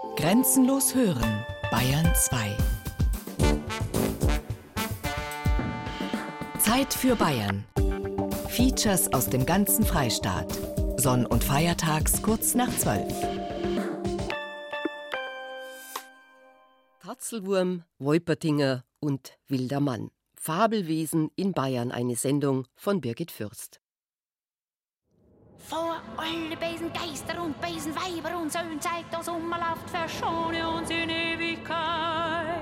Grenzenlos hören, Bayern 2. Zeit für Bayern. Features aus dem ganzen Freistaat. Sonn- und Feiertags kurz nach 12. Tatzelwurm, Wolpertinger und wilder Mann. Fabelwesen in Bayern, eine Sendung von Birgit Fürst. Vor alle Besengeister und Besenweiber und Söhn zeigt das Sommerlaft, verschone uns in Ewigkeit.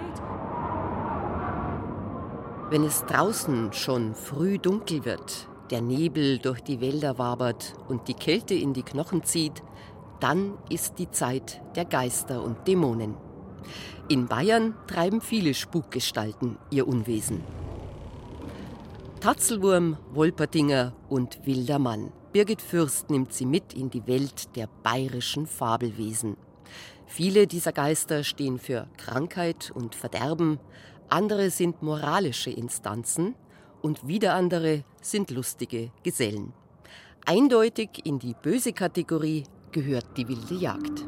Wenn es draußen schon früh dunkel wird, der Nebel durch die Wälder wabert und die Kälte in die Knochen zieht, dann ist die Zeit der Geister und Dämonen. In Bayern treiben viele Spukgestalten ihr Unwesen. Tatzelwurm, Wolpertinger und wilder Mann. Birgit Fürst nimmt sie mit in die Welt der bayerischen Fabelwesen. Viele dieser Geister stehen für Krankheit und Verderben, andere sind moralische Instanzen und wieder andere sind lustige Gesellen. Eindeutig in die böse Kategorie gehört die wilde Jagd.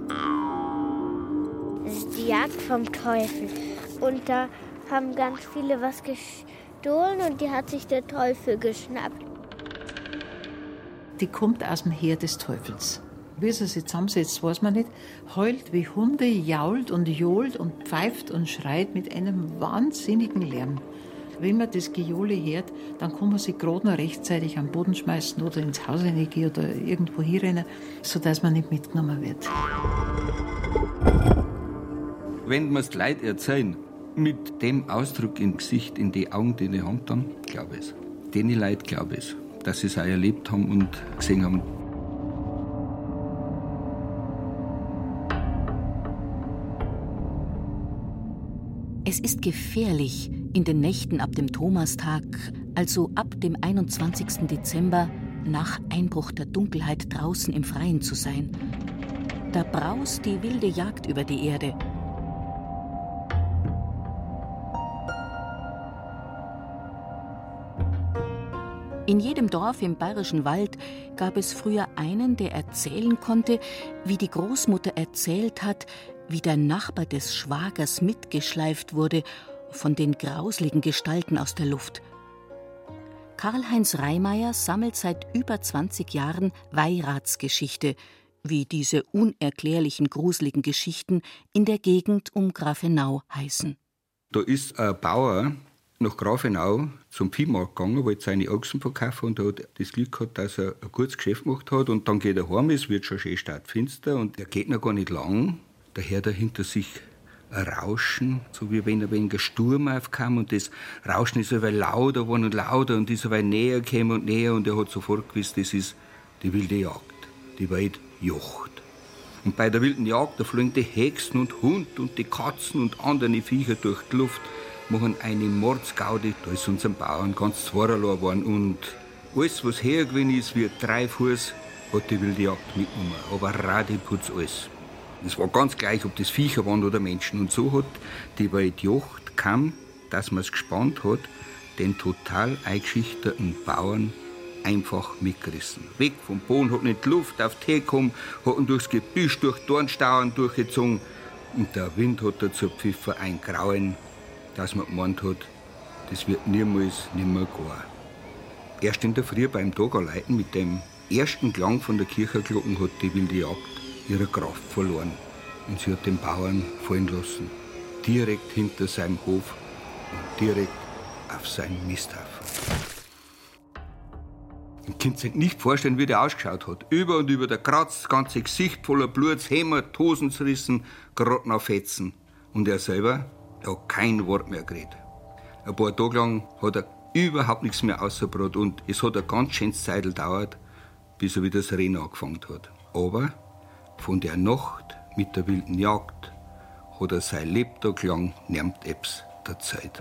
Das ist die Jagd vom Teufel. Und da haben ganz viele was gestohlen und die hat sich der Teufel geschnappt. Die kommt aus dem Heer des Teufels. Wie sie sich zusammensetzt, weiß man nicht. Heult wie Hunde, jault und johlt und pfeift und schreit mit einem wahnsinnigen Lärm. Wenn man das Gejohle hört, dann kann man sich gerade noch rechtzeitig am Boden schmeißen oder ins Haus reingehen oder irgendwo hinrennen, sodass man nicht mitgenommen wird. Wenn wir es den Leuten erzählen, mit dem Ausdruck im Gesicht, in die Augen, die haben, dann glaube ich es. Den Leuten glaube ich es, dass sie es auch erlebt haben und gesehen haben. Es ist gefährlich, in den Nächten ab dem Thomastag, also ab dem 21. Dezember, nach Einbruch der Dunkelheit draußen im Freien zu sein. Da braust die wilde Jagd über die Erde. In jedem Dorf im Bayerischen Wald gab es früher einen, der erzählen konnte, wie die Großmutter erzählt hat, wie der Nachbar des Schwagers mitgeschleift wurde von den grausligen Gestalten aus der Luft. Karl-Heinz Reimeyer sammelt seit über 20 Jahren Weihratsgeschichte, wie diese unerklärlichen, gruseligen Geschichten in der Gegend um Grafenau heißen. Da ist ein Bauer nach Grafenau zum Viehmarkt gegangen, wollte seine Ochsen verkaufen und hat das Glück gehabt, dass er ein gutes Geschäft gemacht hat. Und dann geht er heim, es wird schon schön startfinster und er geht noch gar nicht lang. Da hört er hinter sich ein Rauschen, so wie wenn ein wenig ein Sturm aufkam. Und das Rauschen ist so weit lauter geworden und lauter und ist so weit näher gekommen und näher. Und er hat sofort gewusst, das ist die wilde Jagd, die Waldjagd. Und bei der wilden Jagd, da fliegen die Hexen und Hund und die Katzen und andere Viecher durch die Luft, machen eine Mordsgaudi. Da ist unseren Bauern ganz zweierlei geworden. Und alles, was hergewinnen ist, wie 3 Fuß, hat die wilde Jagd mitgenommen. Aber radiputz alles. Es war ganz gleich, ob das Viecher waren oder Menschen. Und so hat die Waldjagd kam, dass man es gespannt hat, den total eingeschüchterten Bauern einfach mitgerissen. Weg vom Boden, hat nicht die Luft auf die gekommen, hat ihn durchs Gebüsch, durch Dornstauern durchgezogen. Und der Wind hat dazu gepfiffen, ein Grauen, dass man gemeint hat, das wird niemals nimmer gehen. Erst in der Früh beim Tagerleiten mit dem ersten Klang von der Kirchenglocken hat die wilde Jagd ihre Kraft verloren. Und sie hat den Bauern fallen lassen. Direkt hinter seinem Hof und direkt auf seinen Misthaufen. Ihr könnt sich nicht vorstellen, wie der ausgeschaut hat. Über und über der Kratz, das ganze Gesicht voller Blut, Hämmer, Hosen zerrissen, Karotten auf Fetzen. Und er selber, er hat kein Wort mehr geredet. Ein paar Tage lang hat er überhaupt nichts mehr ausgebracht und es hat ein ganz schönes Zeit gedauert, bis er wieder das Rennen angefangen hat. Aber von der Nacht mit der wilden Jagd hat er sein Lebtag lang niemand etwas der Zeit.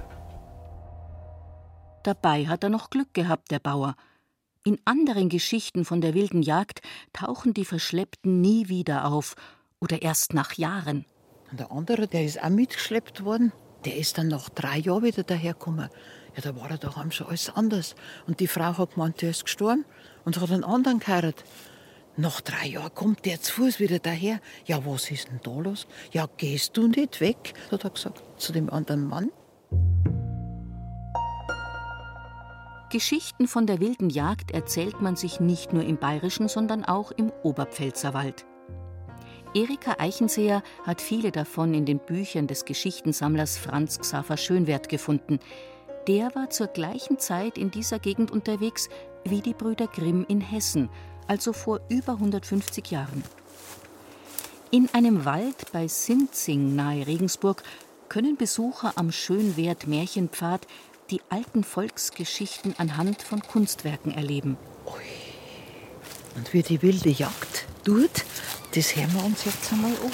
Dabei hat er noch Glück gehabt, der Bauer. In anderen Geschichten von der wilden Jagd tauchen die Verschleppten nie wieder auf oder erst nach Jahren. Und der andere, der ist auch mitgeschleppt worden, der ist dann nach 3 Jahren wieder dahergekommen. Ja, da war er daheim schon alles anders. Und die Frau hat gemeint, der ist gestorben und hat einen anderen geheiratet. Nach 3 Jahren kommt der zu Fuß wieder daher. Ja, was ist denn da los? Ja, gehst du nicht weg? Hat er gesagt zu dem anderen Mann. Geschichten von der wilden Jagd erzählt man sich nicht nur im Bayerischen, sondern auch im Oberpfälzerwald. Erika Eichenseher hat viele davon in den Büchern des Geschichtensammlers Franz Xaver Schönwerth gefunden. Der war zur gleichen Zeit in dieser Gegend unterwegs wie die Brüder Grimm in Hessen, also vor über 150 Jahren. In einem Wald bei Sinzing nahe Regensburg können Besucher am Schönwerth-Märchenpfad die alten Volksgeschichten anhand von Kunstwerken erleben. Und wie die wilde Jagd tut, das hören wir uns jetzt einmal an.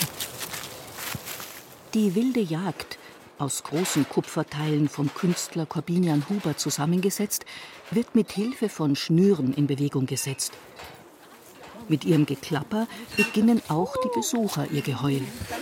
Die wilde Jagd, aus großen Kupferteilen vom Künstler Corbinian Huber zusammengesetzt, wird mit Hilfe von Schnüren in Bewegung gesetzt. Mit ihrem Geklapper beginnen auch die Besucher ihr Geheul.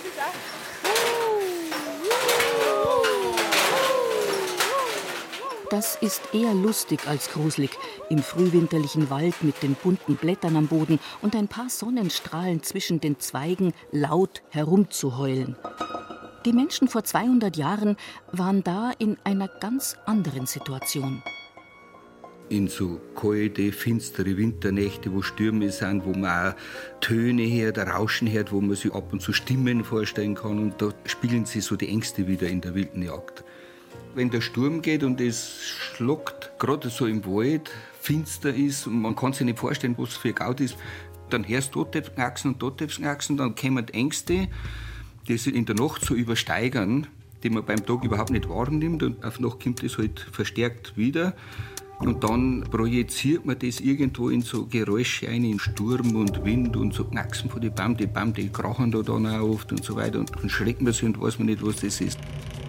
Das ist eher lustig als gruselig, im frühwinterlichen Wald mit den bunten Blättern am Boden und ein paar Sonnenstrahlen zwischen den Zweigen laut herumzuheulen. Die Menschen vor 200 Jahren waren da in einer ganz anderen Situation. In so kalte, finstere Winternächte, wo Stürme sind, wo man auch Töne hört, Rauschen hört, wo man sich ab und zu Stimmen vorstellen kann. Und da spiegeln sich so die Ängste wieder in der wilden Jagd. Wenn der Sturm geht und es schluckt, gerade so im Wald, finster ist und man kann sich nicht vorstellen, was für ein Gaut ist, dann hörst du dort knacksen und dort knacksen, dann kommen Ängste, die sich in der Nacht so übersteigern, die man beim Tag überhaupt nicht wahrnimmt und auf Nacht kommt es halt verstärkt wieder. Und dann projiziert man das irgendwo in so Geräusche ein, in Sturm und Wind und so Knacksen von den Bäumen, die krachen da dann auch oft und so weiter. Und dann schreckt man sich und weiß man nicht, was das ist.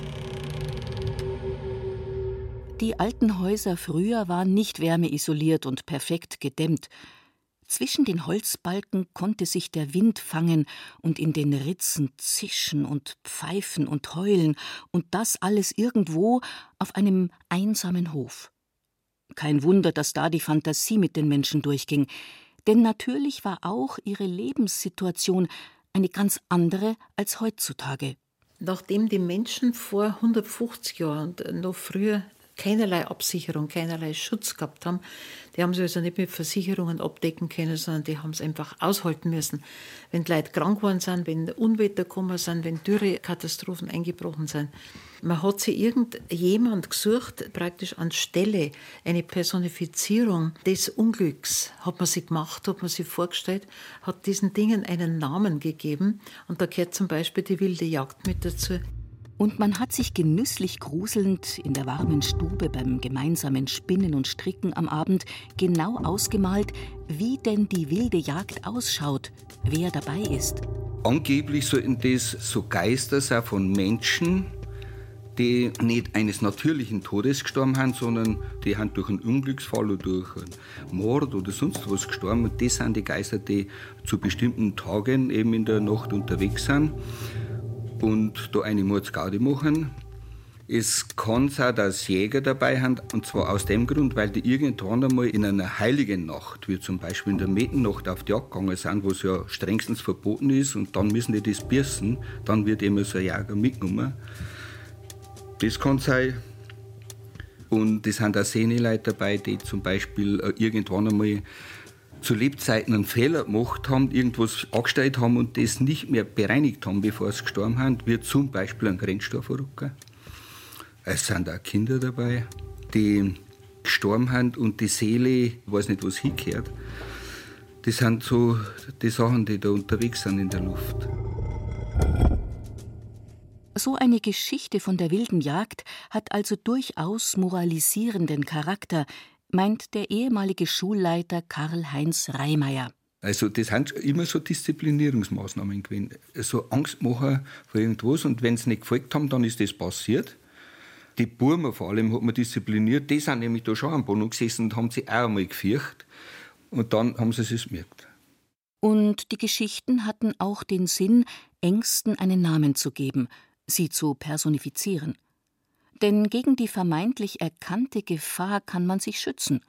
Die alten Häuser früher waren nicht wärmeisoliert und perfekt gedämmt. Zwischen den Holzbalken konnte sich der Wind fangen und in den Ritzen zischen und pfeifen und heulen, und das alles irgendwo auf einem einsamen Hof. Kein Wunder, dass da die Fantasie mit den Menschen durchging, denn natürlich war auch ihre Lebenssituation eine ganz andere als heutzutage. Nachdem die Menschen vor 150 Jahren und noch früher keinerlei Absicherung, keinerlei Schutz gehabt haben. Die haben sie also nicht mit Versicherungen abdecken können, sondern die haben es einfach aushalten müssen. Wenn die Leute krank geworden sind, wenn Unwetter gekommen sind, wenn Dürrekatastrophen eingebrochen sind. Man hat sich irgendjemand gesucht, praktisch anstelle eine Personifizierung des Unglücks hat man sie gemacht, hat man sie vorgestellt, hat diesen Dingen einen Namen gegeben. Und da gehört zum Beispiel die wilde Jagd mit dazu. Und man hat sich genüsslich gruselnd in der warmen Stube beim gemeinsamen Spinnen und Stricken am Abend genau ausgemalt, wie denn die wilde Jagd ausschaut, wer dabei ist. Angeblich sollten das so Geister sein von Menschen, die nicht eines natürlichen Todes gestorben haben, sondern die haben durch einen Unglücksfall oder durch einen Mord oder sonst was gestorben. Und das sind die Geister, die zu bestimmten Tagen eben in der Nacht unterwegs sind und da eine Mordsgaudi machen. Es kann sein, dass Jäger dabei sind, und zwar aus dem Grund, weil die irgendwann einmal in einer heiligen Nacht, wie zum Beispiel in der Metennacht, auf die Jagd gegangen sind, wo es ja strengstens verboten ist, und dann müssen die das bürsten, dann wird immer so ein Jäger mitgenommen. Das kann sein. Und es sind auch Sehne-Leute dabei, die zum Beispiel irgendwann einmal zu Lebzeiten einen Fehler gemacht haben, irgendwas angestellt haben und das nicht mehr bereinigt haben, bevor sie gestorben haben, wie zum Beispiel ein Grenzstoffverrücker. Es sind auch Kinder dabei, die gestorben sind und die Seele, ich weiß nicht, was hingehört. Das sind so die Sachen, die da unterwegs sind in der Luft. So eine Geschichte von der wilden Jagd hat also durchaus moralisierenden Charakter, meint der ehemalige Schulleiter Karl-Heinz Reimeyer. Also das sind immer so Disziplinierungsmaßnahmen gewesen. So Angstmacher vor irgendwas, und wenn sie nicht gefolgt haben, dann ist das passiert. Die Burmer vor allem hat man diszipliniert, die sind nämlich da schon am Boden gesessen und haben sich auch einmal gefürchtet. Und dann haben sie es gemerkt. Und die Geschichten hatten auch den Sinn, Ängsten einen Namen zu geben, sie zu personifizieren. Denn gegen die vermeintlich erkannte Gefahr kann man sich schützen.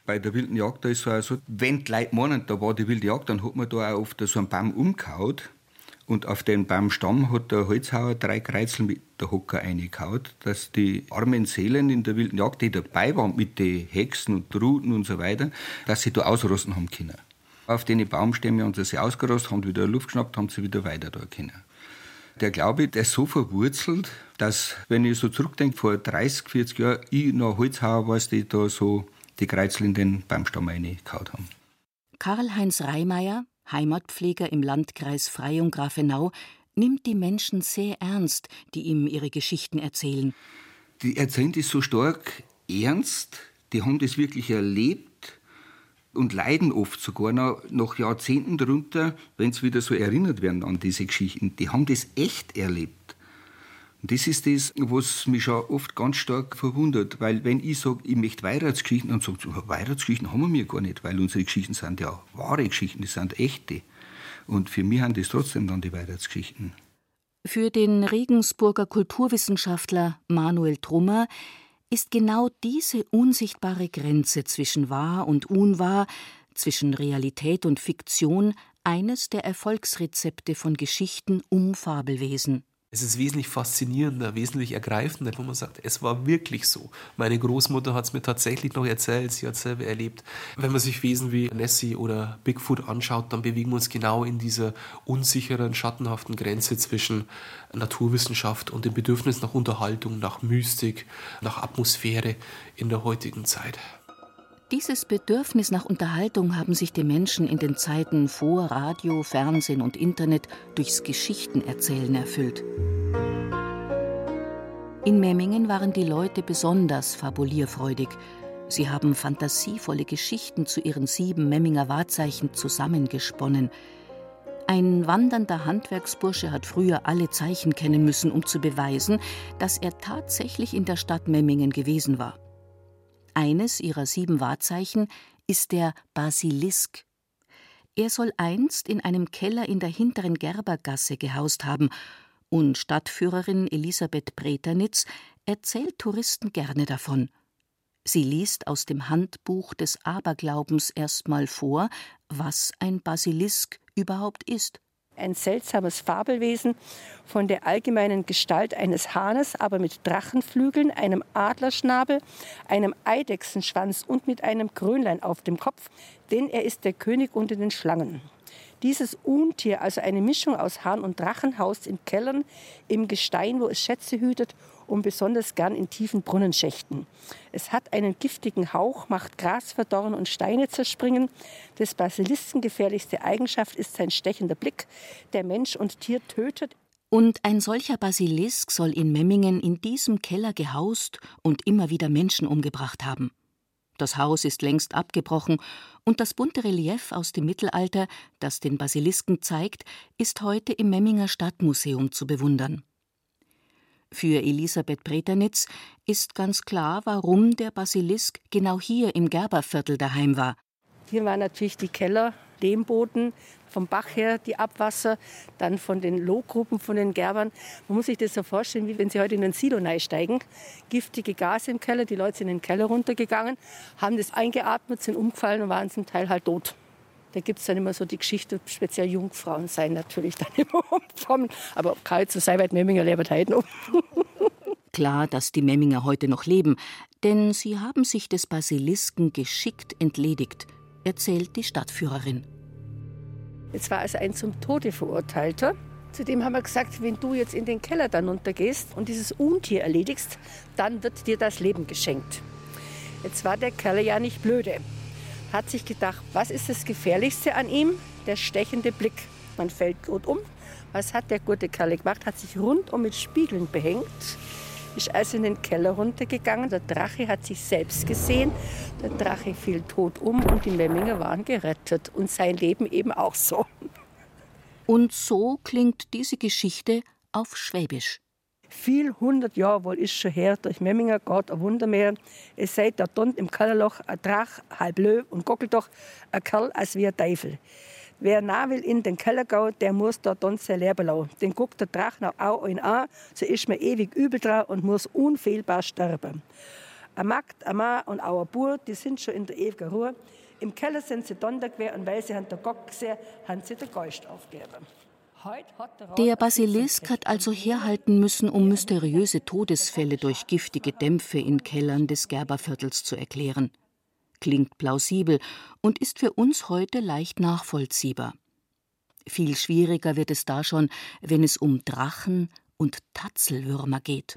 Bei der wilden Jagd da ist es so, wenn die Leute meinen, da war die wilde Jagd, dann hat man da auch oft so einen Baum umgehauen. Und auf den Baumstamm hat der Holzhauer 3 Kreuzel mit der Hocker reingehauen, dass die armen Seelen in der wilden Jagd, die dabei waren mit den Hexen und Ruten und so weiter, dass sie da ausrosten haben können. Auf den Baumstämme haben sie sich ausgerostet, haben wieder Luft geschnappt, haben sie wieder weiter da können. Der Glaube, der ist so verwurzelt, dass, wenn ich so zurückdenke, vor 30, 40 Jahren, ich noch Holzhauer war, die da so die Kreuzel in den Baumstamm reingehauen haben. Karl-Heinz Reimeyer, Heimatpfleger im Landkreis Freyung-Grafenau, nimmt die Menschen sehr ernst, die ihm ihre Geschichten erzählen. Die erzählen das so stark ernst, die haben das wirklich erlebt und leiden oft sogar nach Jahrzehnten darunter, wenn sie wieder so erinnert werden an diese Geschichten. Die haben das echt erlebt. Und das ist das, was mich schon oft ganz stark verwundert, weil wenn ich sage, ich möchte Weihnachtsgeschichten, dann sagt sie, Weihnachtsgeschichten haben wir gar nicht, weil unsere Geschichten sind ja wahre Geschichten, das sind echte. Und für mich sind das trotzdem dann die Weihnachtsgeschichten. Für den Regensburger Kulturwissenschaftler Manuel Trummer ist genau diese unsichtbare Grenze zwischen wahr und unwahr, zwischen Realität und Fiktion, eines der Erfolgsrezepte von Geschichten um Fabelwesen. Es ist wesentlich faszinierender, wesentlich ergreifender, wo man sagt, es war wirklich so. Meine Großmutter hat es mir tatsächlich noch erzählt, sie hat es selber erlebt. Wenn man sich Wesen wie Nessie oder Bigfoot anschaut, dann bewegen wir uns genau in dieser unsicheren, schattenhaften Grenze zwischen Naturwissenschaft und dem Bedürfnis nach Unterhaltung, nach Mystik, nach Atmosphäre in der heutigen Zeit. Dieses Bedürfnis nach Unterhaltung haben sich die Menschen in den Zeiten vor Radio, Fernsehen und Internet durchs Geschichtenerzählen erfüllt. In Memmingen waren die Leute besonders fabulierfreudig. Sie haben fantasievolle Geschichten zu ihren 7 Memminger Wahrzeichen zusammengesponnen. Ein wandernder Handwerksbursche hat früher alle Zeichen kennen müssen, um zu beweisen, dass er tatsächlich in der Stadt Memmingen gewesen war. Eines ihrer 7 Wahrzeichen ist der Basilisk. Er soll einst in einem Keller in der hinteren Gerbergasse gehaust haben, und Stadtführerin Elisabeth Breternitz erzählt Touristen gerne davon. Sie liest aus dem Handbuch des Aberglaubens erstmal vor, was ein Basilisk überhaupt ist. Ein seltsames Fabelwesen von der allgemeinen Gestalt eines Hahnes, aber mit Drachenflügeln, einem Adlerschnabel, einem Eidechsenschwanz und mit einem Krönlein auf dem Kopf, denn er ist der König unter den Schlangen. Dieses Untier, also eine Mischung aus Hahn und Drachen, haust in Kellern, im Gestein, wo es Schätze hütet, und besonders gern in tiefen Brunnenschächten. Es hat einen giftigen Hauch, macht Gras verdorren und Steine zerspringen. Des Basilisken gefährlichste Eigenschaft ist sein stechender Blick, der Mensch und Tier tötet. Und ein solcher Basilisk soll in Memmingen in diesem Keller gehaust und immer wieder Menschen umgebracht haben. Das Haus ist längst abgebrochen und das bunte Relief aus dem Mittelalter, das den Basilisken zeigt, ist heute im Memminger Stadtmuseum zu bewundern. Für Elisabeth Breternitz ist ganz klar, warum der Basilisk genau hier im Gerberviertel daheim war. Hier waren natürlich die Keller, Lehmboden, vom Bach her die Abwasser, dann von den Lohgruppen von den Gerbern. Man muss sich das so vorstellen, wie wenn Sie heute in einen Silo steigen. Giftige Gase im Keller, die Leute sind in den Keller runtergegangen, haben das eingeatmet, sind umgefallen und waren zum Teil halt tot. Da gibt es dann immer so die Geschichte, speziell Jungfrauen seien natürlich dann immer umgekommen. Aber kalt zu sein, weil Memminger lebt heute noch. Klar, dass die Memminger heute noch leben, denn sie haben sich des Basilisken geschickt entledigt, erzählt die Stadtführerin. Jetzt war also ein zum Tode Verurteilter. Zudem haben wir gesagt, wenn du jetzt in den Keller dann runtergehst und dieses Untier erledigst, dann wird dir das Leben geschenkt. Jetzt war der Kerl ja nicht blöde. Hat sich gedacht, was ist das Gefährlichste an ihm? Der stechende Blick. Man fällt gut um. Was hat der gute Kerl gemacht? Hat sich rundum mit Spiegeln behängt. Ist also in den Keller runtergegangen. Der Drache hat sich selbst gesehen. Der Drache fiel tot um und die Memminger waren gerettet. Und sein Leben eben auch so. Und so klingt diese Geschichte auf Schwäbisch. Viel 100 Jahre wohl ist schon her, durch Memminger geht ein Wundermeer. Es sei da dort im Kellerloch ein Drach, halb Löw und gockelt doch ein Kerl als wie ein Teufel. Wer nah will in den Keller gehen, der muss da dann sein Leben lassen. Den guckt der Drach nach Au in an, so ist man ewig übel dran und muss unfehlbar sterben. Eine Magd, ein Mann und auch ein Bub, die sind schon in der ewigen Ruhe. Im Keller sind sie dann gewesen und weil sie den Gott gesehen haben sie den Geist aufgegeben. Der Basilisk hat also herhalten müssen, um mysteriöse Todesfälle durch giftige Dämpfe in Kellern des Gerberviertels zu erklären. Klingt plausibel und ist für uns heute leicht nachvollziehbar. Viel schwieriger wird es da schon, wenn es um Drachen und Tatzelwürmer geht.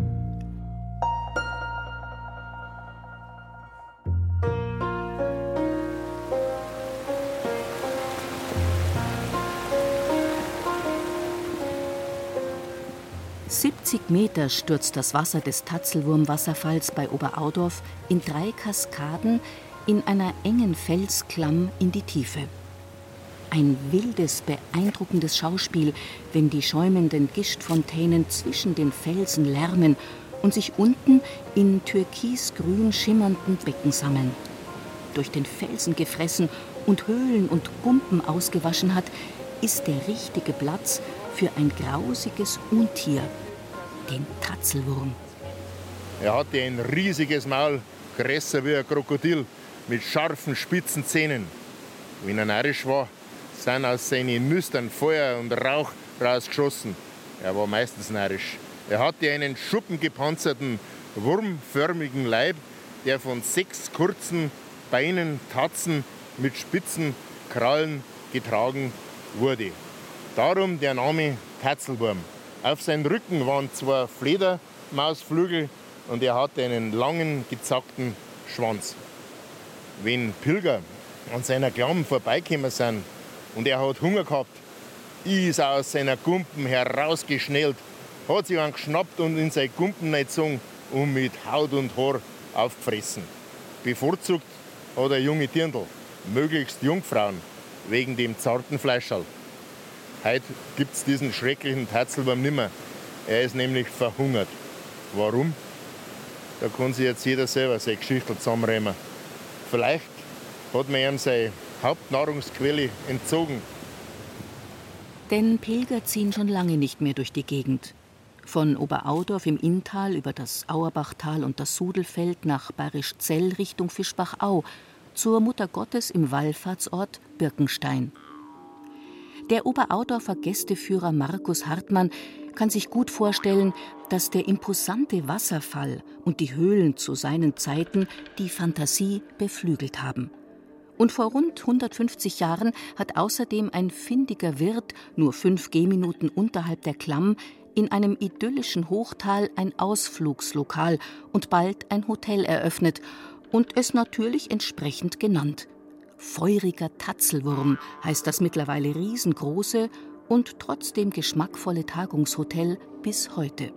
...70 Meter stürzt das Wasser des Tatzelwurmwasserfalls bei Oberaudorf in 3 Kaskaden in einer engen Felsklamm in die Tiefe. Ein wildes, beeindruckendes Schauspiel, wenn die schäumenden Gischtfontänen zwischen den Felsen lärmen und sich unten in türkisgrün schimmernden Becken sammeln. Durch den Felsen gefressen und Höhlen und Gumpen ausgewaschen hat, ist der richtige Platz für ein grausiges Untier, den Tatzelwurm. Er hatte ein riesiges Maul, größer wie ein Krokodil, mit scharfen, spitzen Zähnen. Wenn er närrisch war, sind aus seinen Nüstern Feuer und Rauch rausgeschossen. Er war meistens närrisch. Er hatte einen schuppengepanzerten, wurmförmigen Leib, der von 6 kurzen Beinen, Tatzen mit spitzen Krallen getragen wurde. Darum der Name Tatzelwurm. Auf seinem Rücken waren 2 Fledermausflügel und er hatte einen langen, gezackten Schwanz. Wenn Pilger an seiner Klamm vorbeigekommen sind und er hat Hunger gehabt, ist er aus seiner Gumpen herausgeschnellt, hat sich einen geschnappt und in seine Gumpen gezogen und mit Haut und Haar aufgefressen. Bevorzugt hat er junge Dirndl, möglichst Jungfrauen, wegen dem zarten Fleischerl. Heute gibt es diesen schrecklichen Tatzelwurm nicht mehr. Er ist nämlich verhungert. Warum? Da kann sich jetzt jeder selber seine Geschichte zusammenreimen. Vielleicht hat man ihm seine Hauptnahrungsquelle entzogen. Denn Pilger ziehen schon lange nicht mehr durch die Gegend. Von Oberaudorf im Inntal über das Auerbachtal und das Sudelfeld nach Bayrischzell Richtung Fischbachau zur Muttergottes im Wallfahrtsort Birkenstein. Der Oberaudorfer Gästeführer Markus Hartmann kann sich gut vorstellen, dass der imposante Wasserfall und die Höhlen zu seinen Zeiten die Fantasie beflügelt haben. Und vor rund 150 Jahren hat außerdem ein findiger Wirt, nur 5 Gehminuten unterhalb der Klamm, in einem idyllischen Hochtal ein Ausflugslokal und bald ein Hotel eröffnet und es natürlich entsprechend genannt. Feuriger Tatzelwurm heißt das mittlerweile riesengroße und trotzdem geschmackvolle Tagungshotel bis heute.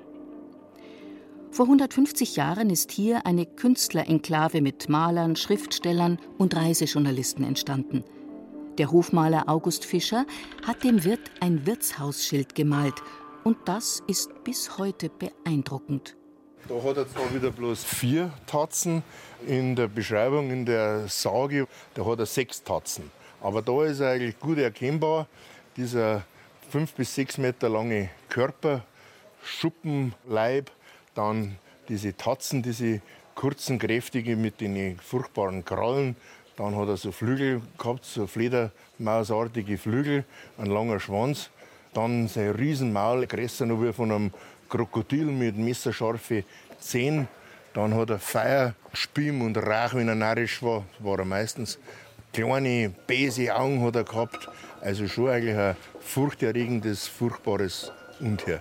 Vor 150 Jahren ist hier eine Künstlerenklave mit Malern, Schriftstellern und Reisejournalisten entstanden. Der Hofmaler August Fischer hat dem Wirt ein Wirtshausschild gemalt und das ist bis heute beeindruckend. Da hat er zwar wieder bloß 4 Tatzen, in der Beschreibung, in der Sage, da hat er 6 Tatzen. Aber da ist er eigentlich gut erkennbar, dieser 5 bis 6 Meter lange Körper, Schuppenleib, dann diese Tatzen, diese kurzen, kräftigen mit den furchtbaren Krallen. Dann hat er so Flügel gehabt, so fledermausartige Flügel, ein langer Schwanz. Dann sein Riesenmaul, größer noch wie von einem Krokodil mit messerscharfen Zähnen. Dann hat er Feuer, Spim und Rauch, wenn er narrisch war, war er meistens. Kleine, böse Augen hat er gehabt. Also schon eigentlich ein furchterregendes, furchtbares Untier.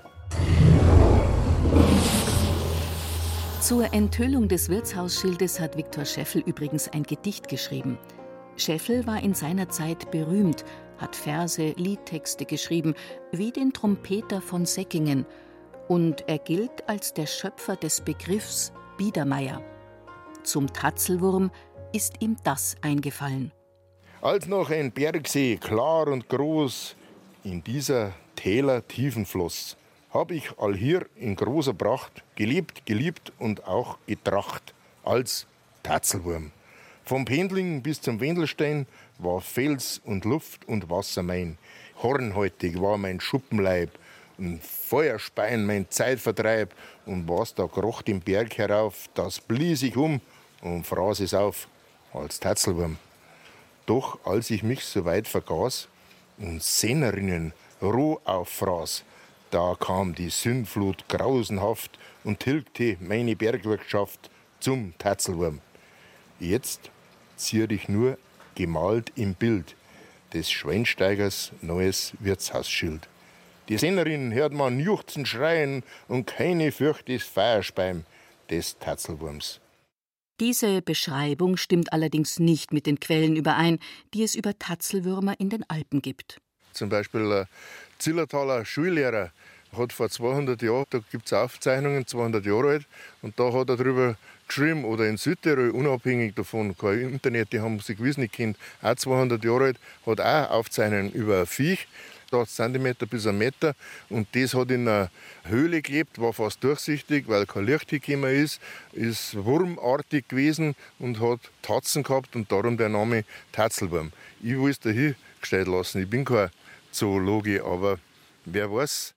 Zur Enthüllung des Wirtshausschildes hat Viktor Scheffel übrigens ein Gedicht geschrieben. Scheffel war in seiner Zeit berühmt, hat Verse, Liedtexte geschrieben, wie den Trompeter von Säckingen. Und er gilt als der Schöpfer des Begriffs Biedermeier. Zum Tatzelwurm ist ihm das eingefallen. Als noch ein Bergsee, klar und groß, in dieser Täler tiefen Floss, hab ich allhier in großer Pracht gelebt, geliebt und auch getracht als Tatzelwurm. Vom Pendling bis zum Wendelstein war Fels und Luft und Wasser mein. Hornhäutig war mein Schuppenleib ein Feuerspeien, mein Zeitvertreib. Und was da krocht im Berg herauf, das blies ich um und fraß es auf als Tatzelwurm. Doch als ich mich so weit vergaß und Sennerinnen roh auffraß, da kam die Sündflut grausenhaft und tilgte meine Bergwirtschaft zum Tatzelwurm. Jetzt zier ich nur gemalt im Bild des Schweinsteigers neues Wirtshausschild. Die Sennerinnen hört man juchzen, schreien und keine fürcht das Feierspeim des Tatzelwurms. Diese Beschreibung stimmt allerdings nicht mit den Quellen überein, die es über Tatzelwürmer in den Alpen gibt. Zum Beispiel ein Zillertaler Schullehrer hat vor 200 Jahren, da gibt es Aufzeichnungen, 200 Jahre alt, und da hat er darüber geschrieben, oder in Südtirol, unabhängig davon, kein Internet, die haben sich gewiss nicht kennt, auch 200 Jahre alt, hat auch Aufzeichnungen über ein Viech, 8 cm bis 1 Meter, und das hat in einer Höhle gelebt, war fast durchsichtig, weil kein Licht gekommen ist wurmartig gewesen und hat Tatzen gehabt und darum der Name Tatzelwurm. Ich will es da hingestellt lassen, ich bin kein Zoologe, aber wer weiß.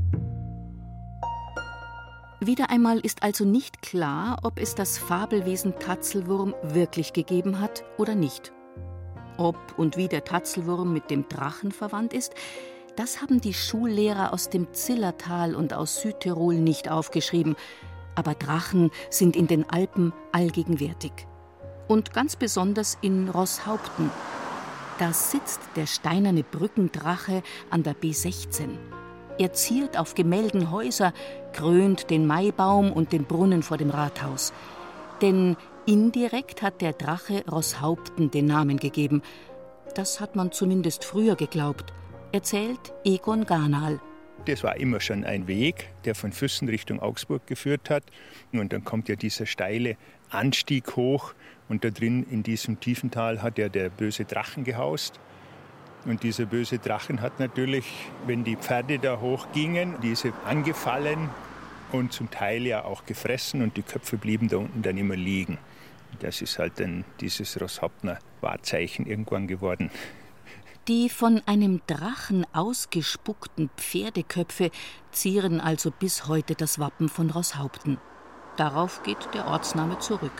Wieder einmal ist also nicht klar, ob es das Fabelwesen Tatzelwurm wirklich gegeben hat oder nicht. Ob und wie der Tatzelwurm mit dem Drachen verwandt ist, das haben die Schullehrer aus dem Zillertal und aus Südtirol nicht aufgeschrieben. Aber Drachen sind in den Alpen allgegenwärtig. Und ganz besonders in Roßhaupten. Da sitzt der steinerne Brückendrache an der B16. Er ziert auf Gemälden Häuser, krönt den Maibaum und den Brunnen vor dem Rathaus. Denn indirekt hat der Drache Roßhaupten den Namen gegeben. Das hat man zumindest früher geglaubt, erzählt Egon Ganal. Das war immer schon ein Weg, der von Füssen Richtung Augsburg geführt hat. Und dann kommt ja dieser steile Anstieg hoch. Und da drin in diesem tiefen Tal hat ja der böse Drachen gehaust. Und dieser böse Drachen hat natürlich, wenn die Pferde da hochgingen, diese angefallen und zum Teil ja auch gefressen. Und die Köpfe blieben da unten dann immer liegen. Das ist halt dann dieses Roßhauptner Wahrzeichen irgendwann geworden. Die von einem Drachen ausgespuckten Pferdeköpfe zieren also bis heute das Wappen von Roßhaupten. Darauf geht der Ortsname zurück.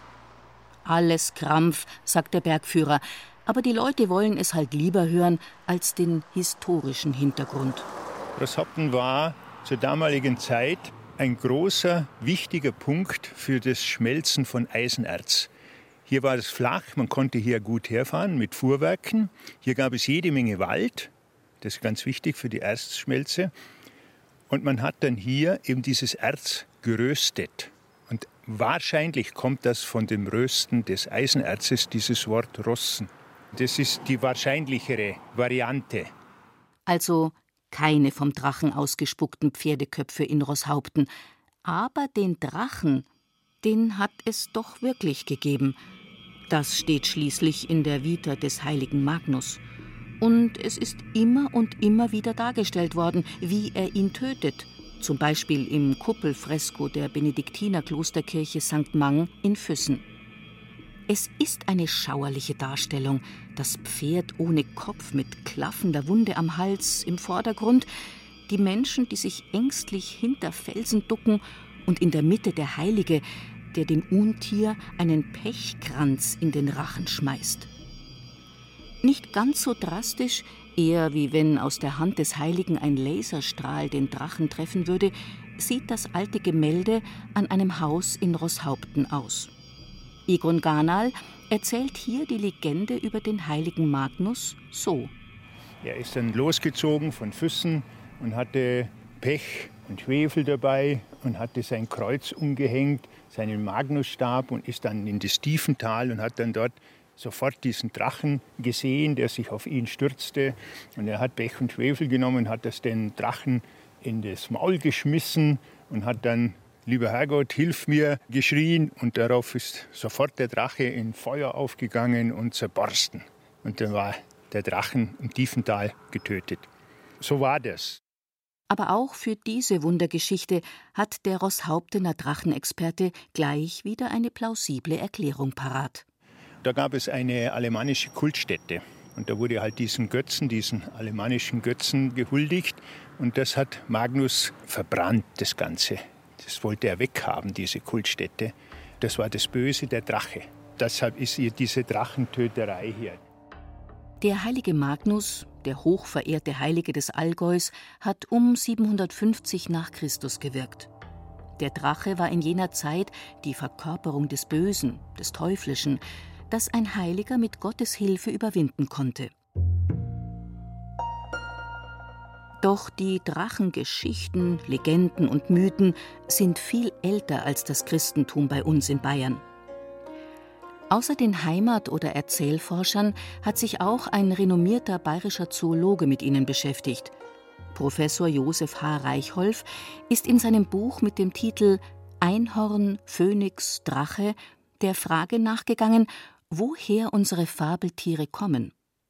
Alles Krampf, sagt der Bergführer, aber die Leute wollen es halt lieber hören als den historischen Hintergrund. Roßhaupten war zur damaligen Zeit ein großer, wichtiger Punkt für das Schmelzen von Eisenerz. Hier war es flach, man konnte hier gut herfahren mit Fuhrwerken. Hier gab es jede Menge Wald, das ist ganz wichtig für die Erzschmelze. Und man hat dann hier eben dieses Erz geröstet. Und wahrscheinlich kommt das von dem Rösten des Eisenerzes, dieses Wort Rossen. Das ist die wahrscheinlichere Variante. Also keine vom Drachen ausgespuckten Pferdeköpfe in Roßhaupten. Aber den Drachen, den hat es doch wirklich gegeben. Das steht schließlich in der Vita des heiligen Magnus. Und es ist immer und immer wieder dargestellt worden, wie er ihn tötet. Zum Beispiel im Kuppelfresko der Benediktinerklosterkirche St. Mang in Füssen. Es ist eine schauerliche Darstellung. Das Pferd ohne Kopf mit klaffender Wunde am Hals im Vordergrund, die Menschen, die sich ängstlich hinter Felsen ducken und in der Mitte der Heilige, der dem Untier einen Pechkranz in den Rachen schmeißt. Nicht ganz so drastisch, eher wie wenn aus der Hand des Heiligen ein Laserstrahl den Drachen treffen würde, sieht das alte Gemälde an einem Haus in Roßhaupten aus. Egon Ganal erzählt hier die Legende über den heiligen Magnus so. Er ist dann losgezogen von Füssen und hatte Pech und Schwefel dabei und hatte sein Kreuz umgehängt, seinen Magnusstab, und ist dann in das Tiefental und hat dann dort sofort diesen Drachen gesehen, der sich auf ihn stürzte. Und er hat Pech und Schwefel genommen und hat das den Drachen in das Maul geschmissen und hat dann: Lieber Herrgott, hilf mir, geschrien. Und darauf ist sofort der Drache in Feuer aufgegangen und zerborsten. Und dann war der Drachen im Tiefental getötet. So war das. Aber auch für diese Wundergeschichte hat der Roßhauptener Drachenexperte gleich wieder eine plausible Erklärung parat. Da gab es eine alemannische Kultstätte. Und da wurde halt diesen Götzen, diesen alemannischen Götzen gehuldigt. Und das hat Magnus verbrannt, das Ganze. Das wollte er weghaben, diese Kultstätte. Das war das Böse, der Drache. Deshalb ist hier diese Drachentöterei hier. Der heilige Magnus, der hochverehrte Heilige des Allgäus, hat um 750 nach Christus gewirkt. Der Drache war in jener Zeit die Verkörperung des Bösen, des Teuflischen, das ein Heiliger mit Gottes Hilfe überwinden konnte. Doch die Drachengeschichten, Legenden und Mythen sind viel älter als das Christentum bei uns in Bayern. Außer den Heimat- oder Erzählforschern hat sich auch ein renommierter bayerischer Zoologe mit ihnen beschäftigt. Professor Josef H. Reichholf ist in seinem Buch mit dem Titel »Einhorn, Phönix, Drache« der Frage nachgegangen, woher unsere Fabeltiere kommen.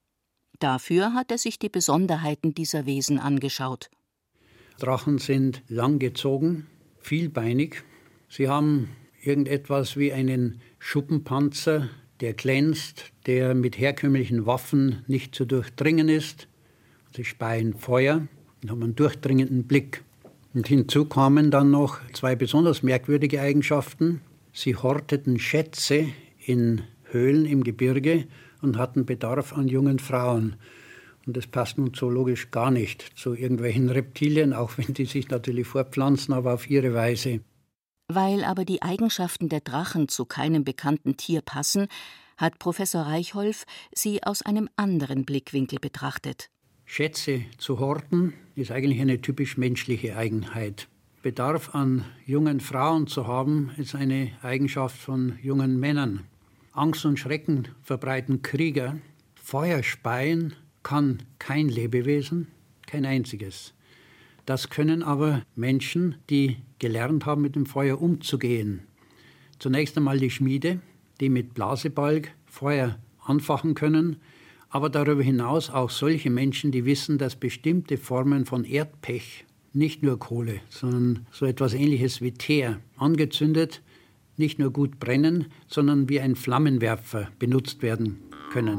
Dafür hat er sich die Besonderheiten dieser Wesen angeschaut. Drachen sind langgezogen, vielbeinig. Sie haben irgendetwas wie einen Schuppenpanzer, der glänzt, der mit herkömmlichen Waffen nicht zu durchdringen ist. Sie speien Feuer und haben einen durchdringenden Blick. Und hinzu kamen dann noch zwei besonders merkwürdige Eigenschaften. Sie horteten Schätze in Höhlen im Gebirge und hatten Bedarf an jungen Frauen. Und das passt nun zoologisch gar nicht zu irgendwelchen Reptilien, auch wenn die sich natürlich fortpflanzen, aber auf ihre Weise. Weil aber die Eigenschaften der Drachen zu keinem bekannten Tier passen, hat Professor Reichholf sie aus einem anderen Blickwinkel betrachtet. Schätze zu horten ist eigentlich eine typisch menschliche Eigenheit. Bedarf an jungen Frauen zu haben, ist eine Eigenschaft von jungen Männern. Angst und Schrecken verbreiten Krieger. Feuer speien kann kein Lebewesen, kein einziges. Das können aber Menschen, die gelernt haben, mit dem Feuer umzugehen. Zunächst einmal die Schmiede, die mit Blasebalg Feuer anfachen können, aber darüber hinaus auch solche Menschen, die wissen, dass bestimmte Formen von Erdpech, nicht nur Kohle, sondern so etwas Ähnliches wie Teer, angezündet, nicht nur gut brennen, sondern wie ein Flammenwerfer benutzt werden können.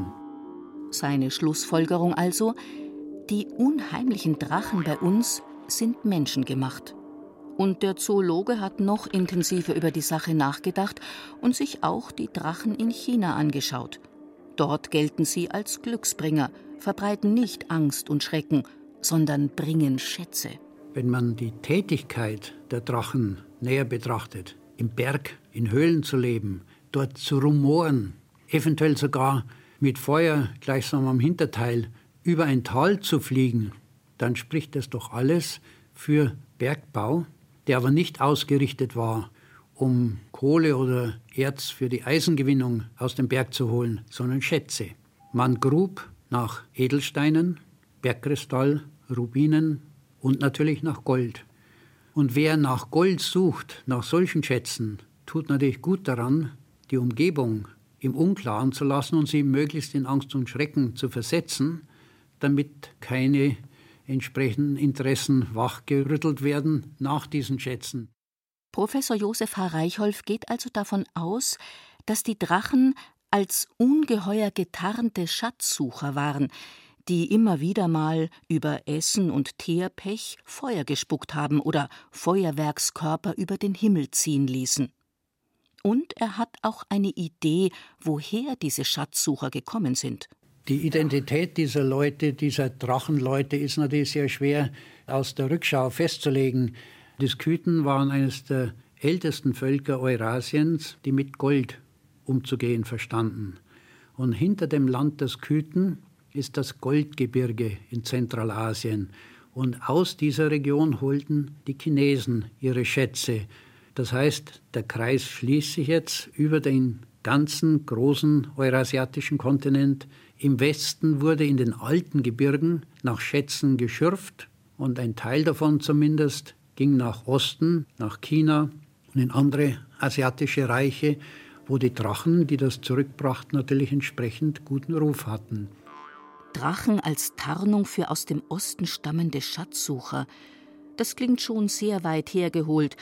Seine Schlussfolgerung also: Die unheimlichen Drachen bei uns sind menschengemacht. Und der Zoologe hat noch intensiver über die Sache nachgedacht und sich auch die Drachen in China angeschaut. Dort gelten sie als Glücksbringer, verbreiten nicht Angst und Schrecken, sondern bringen Schätze. Wenn man die Tätigkeit der Drachen näher betrachtet, im Berg, in Höhlen zu leben, dort zu rumoren, eventuell sogar mit Feuer gleichsam am Hinterteil über ein Tal zu fliegen, dann spricht das doch alles für Bergbau, der aber nicht ausgerichtet war, um Kohle oder Erz für die Eisengewinnung aus dem Berg zu holen, sondern Schätze. Man grub nach Edelsteinen, Bergkristall, Rubinen und natürlich nach Gold. Und wer nach Gold sucht, nach solchen Schätzen, tut natürlich gut daran, die Umgebung im Unklaren zu lassen und sie möglichst in Angst und Schrecken zu versetzen, damit keine entsprechenden Interessen wachgerüttelt werden nach diesen Schätzen. Professor Josef H. Reichholf geht also davon aus, dass die Drachen als ungeheuer getarnte Schatzsucher waren, die immer wieder mal über Essen und Teerpech Feuer gespuckt haben oder Feuerwerkskörper über den Himmel ziehen ließen. Und er hat auch eine Idee, woher diese Schatzsucher gekommen sind. Die Identität dieser Leute, dieser Drachenleute, ist natürlich sehr schwer aus der Rückschau festzulegen. Die Skythen waren eines der ältesten Völker Eurasiens, die mit Gold umzugehen verstanden. Und hinter dem Land der Skythen ist das Goldgebirge in Zentralasien. Und aus dieser Region holten die Chinesen ihre Schätze. Das heißt, der Kreis schließt sich jetzt über den ganzen großen eurasiatischen Kontinent. Im Westen wurde in den alten Gebirgen nach Schätzen geschürft und ein Teil davon zumindest ging nach Osten, nach China und in andere asiatische Reiche, wo die Drachen, die das zurückbrachten, natürlich entsprechend guten Ruf hatten. Drachen als Tarnung für aus dem Osten stammende Schatzsucher. Das klingt schon sehr weit hergeholt.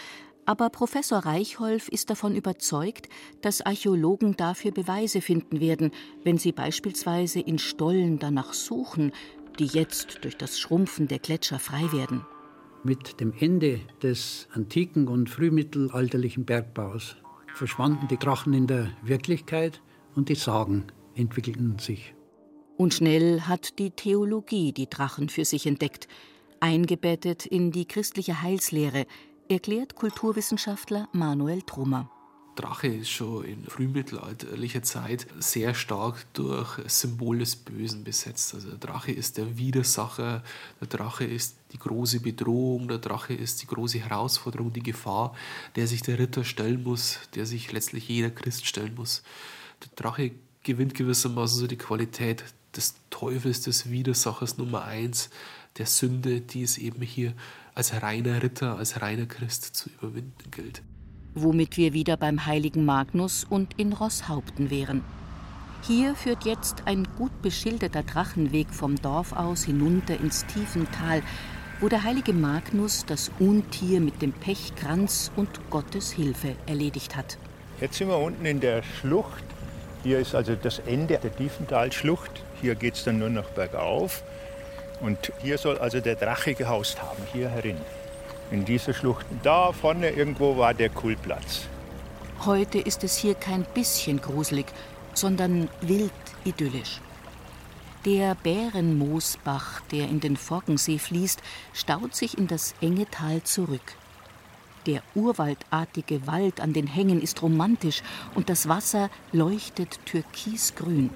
Aber Professor Reichholf ist davon überzeugt, dass Archäologen dafür Beweise finden werden, wenn sie beispielsweise in Stollen danach suchen, die jetzt durch das Schrumpfen der Gletscher frei werden. Mit dem Ende des antiken und frühmittelalterlichen Bergbaus verschwanden die Drachen in der Wirklichkeit und die Sagen entwickelten sich. Und schnell hat die Theologie die Drachen für sich entdeckt, eingebettet in die christliche Heilslehre, erklärt Kulturwissenschaftler Manuel Trummer. Drache ist schon in frühmittelalterlicher Zeit sehr stark durch das Symbol des Bösen besetzt. Also der Drache ist der Widersacher, der Drache ist die große Bedrohung, der Drache ist die große Herausforderung, die Gefahr, der sich der Ritter stellen muss, der sich letztlich jeder Christ stellen muss. Der Drache gewinnt gewissermaßen so die Qualität des Teufels, des Widersachers Nummer 1, der Sünde, die es eben hier als reiner Ritter, als reiner Christ zu überwinden gilt. Womit wir wieder beim heiligen Magnus und in Roßhaupten wären. Hier führt jetzt ein gut beschilderter Drachenweg vom Dorf aus hinunter ins Tiefental, wo der heilige Magnus das Untier mit dem Pechkranz und Gottes Hilfe erledigt hat. Jetzt sind wir unten in der Schlucht. Hier ist also das Ende der Tiefentalschlucht. Hier geht es dann nur noch bergauf. Und hier soll also der Drache gehaust haben, hier herin. In dieser Schlucht. Da vorne irgendwo war der Kultplatz. Heute ist es hier kein bisschen gruselig, sondern wild idyllisch. Der Bärenmoosbach, der in den Forkensee fließt, staut sich in das enge Tal zurück. Der urwaldartige Wald an den Hängen ist romantisch und das Wasser leuchtet türkisgrün.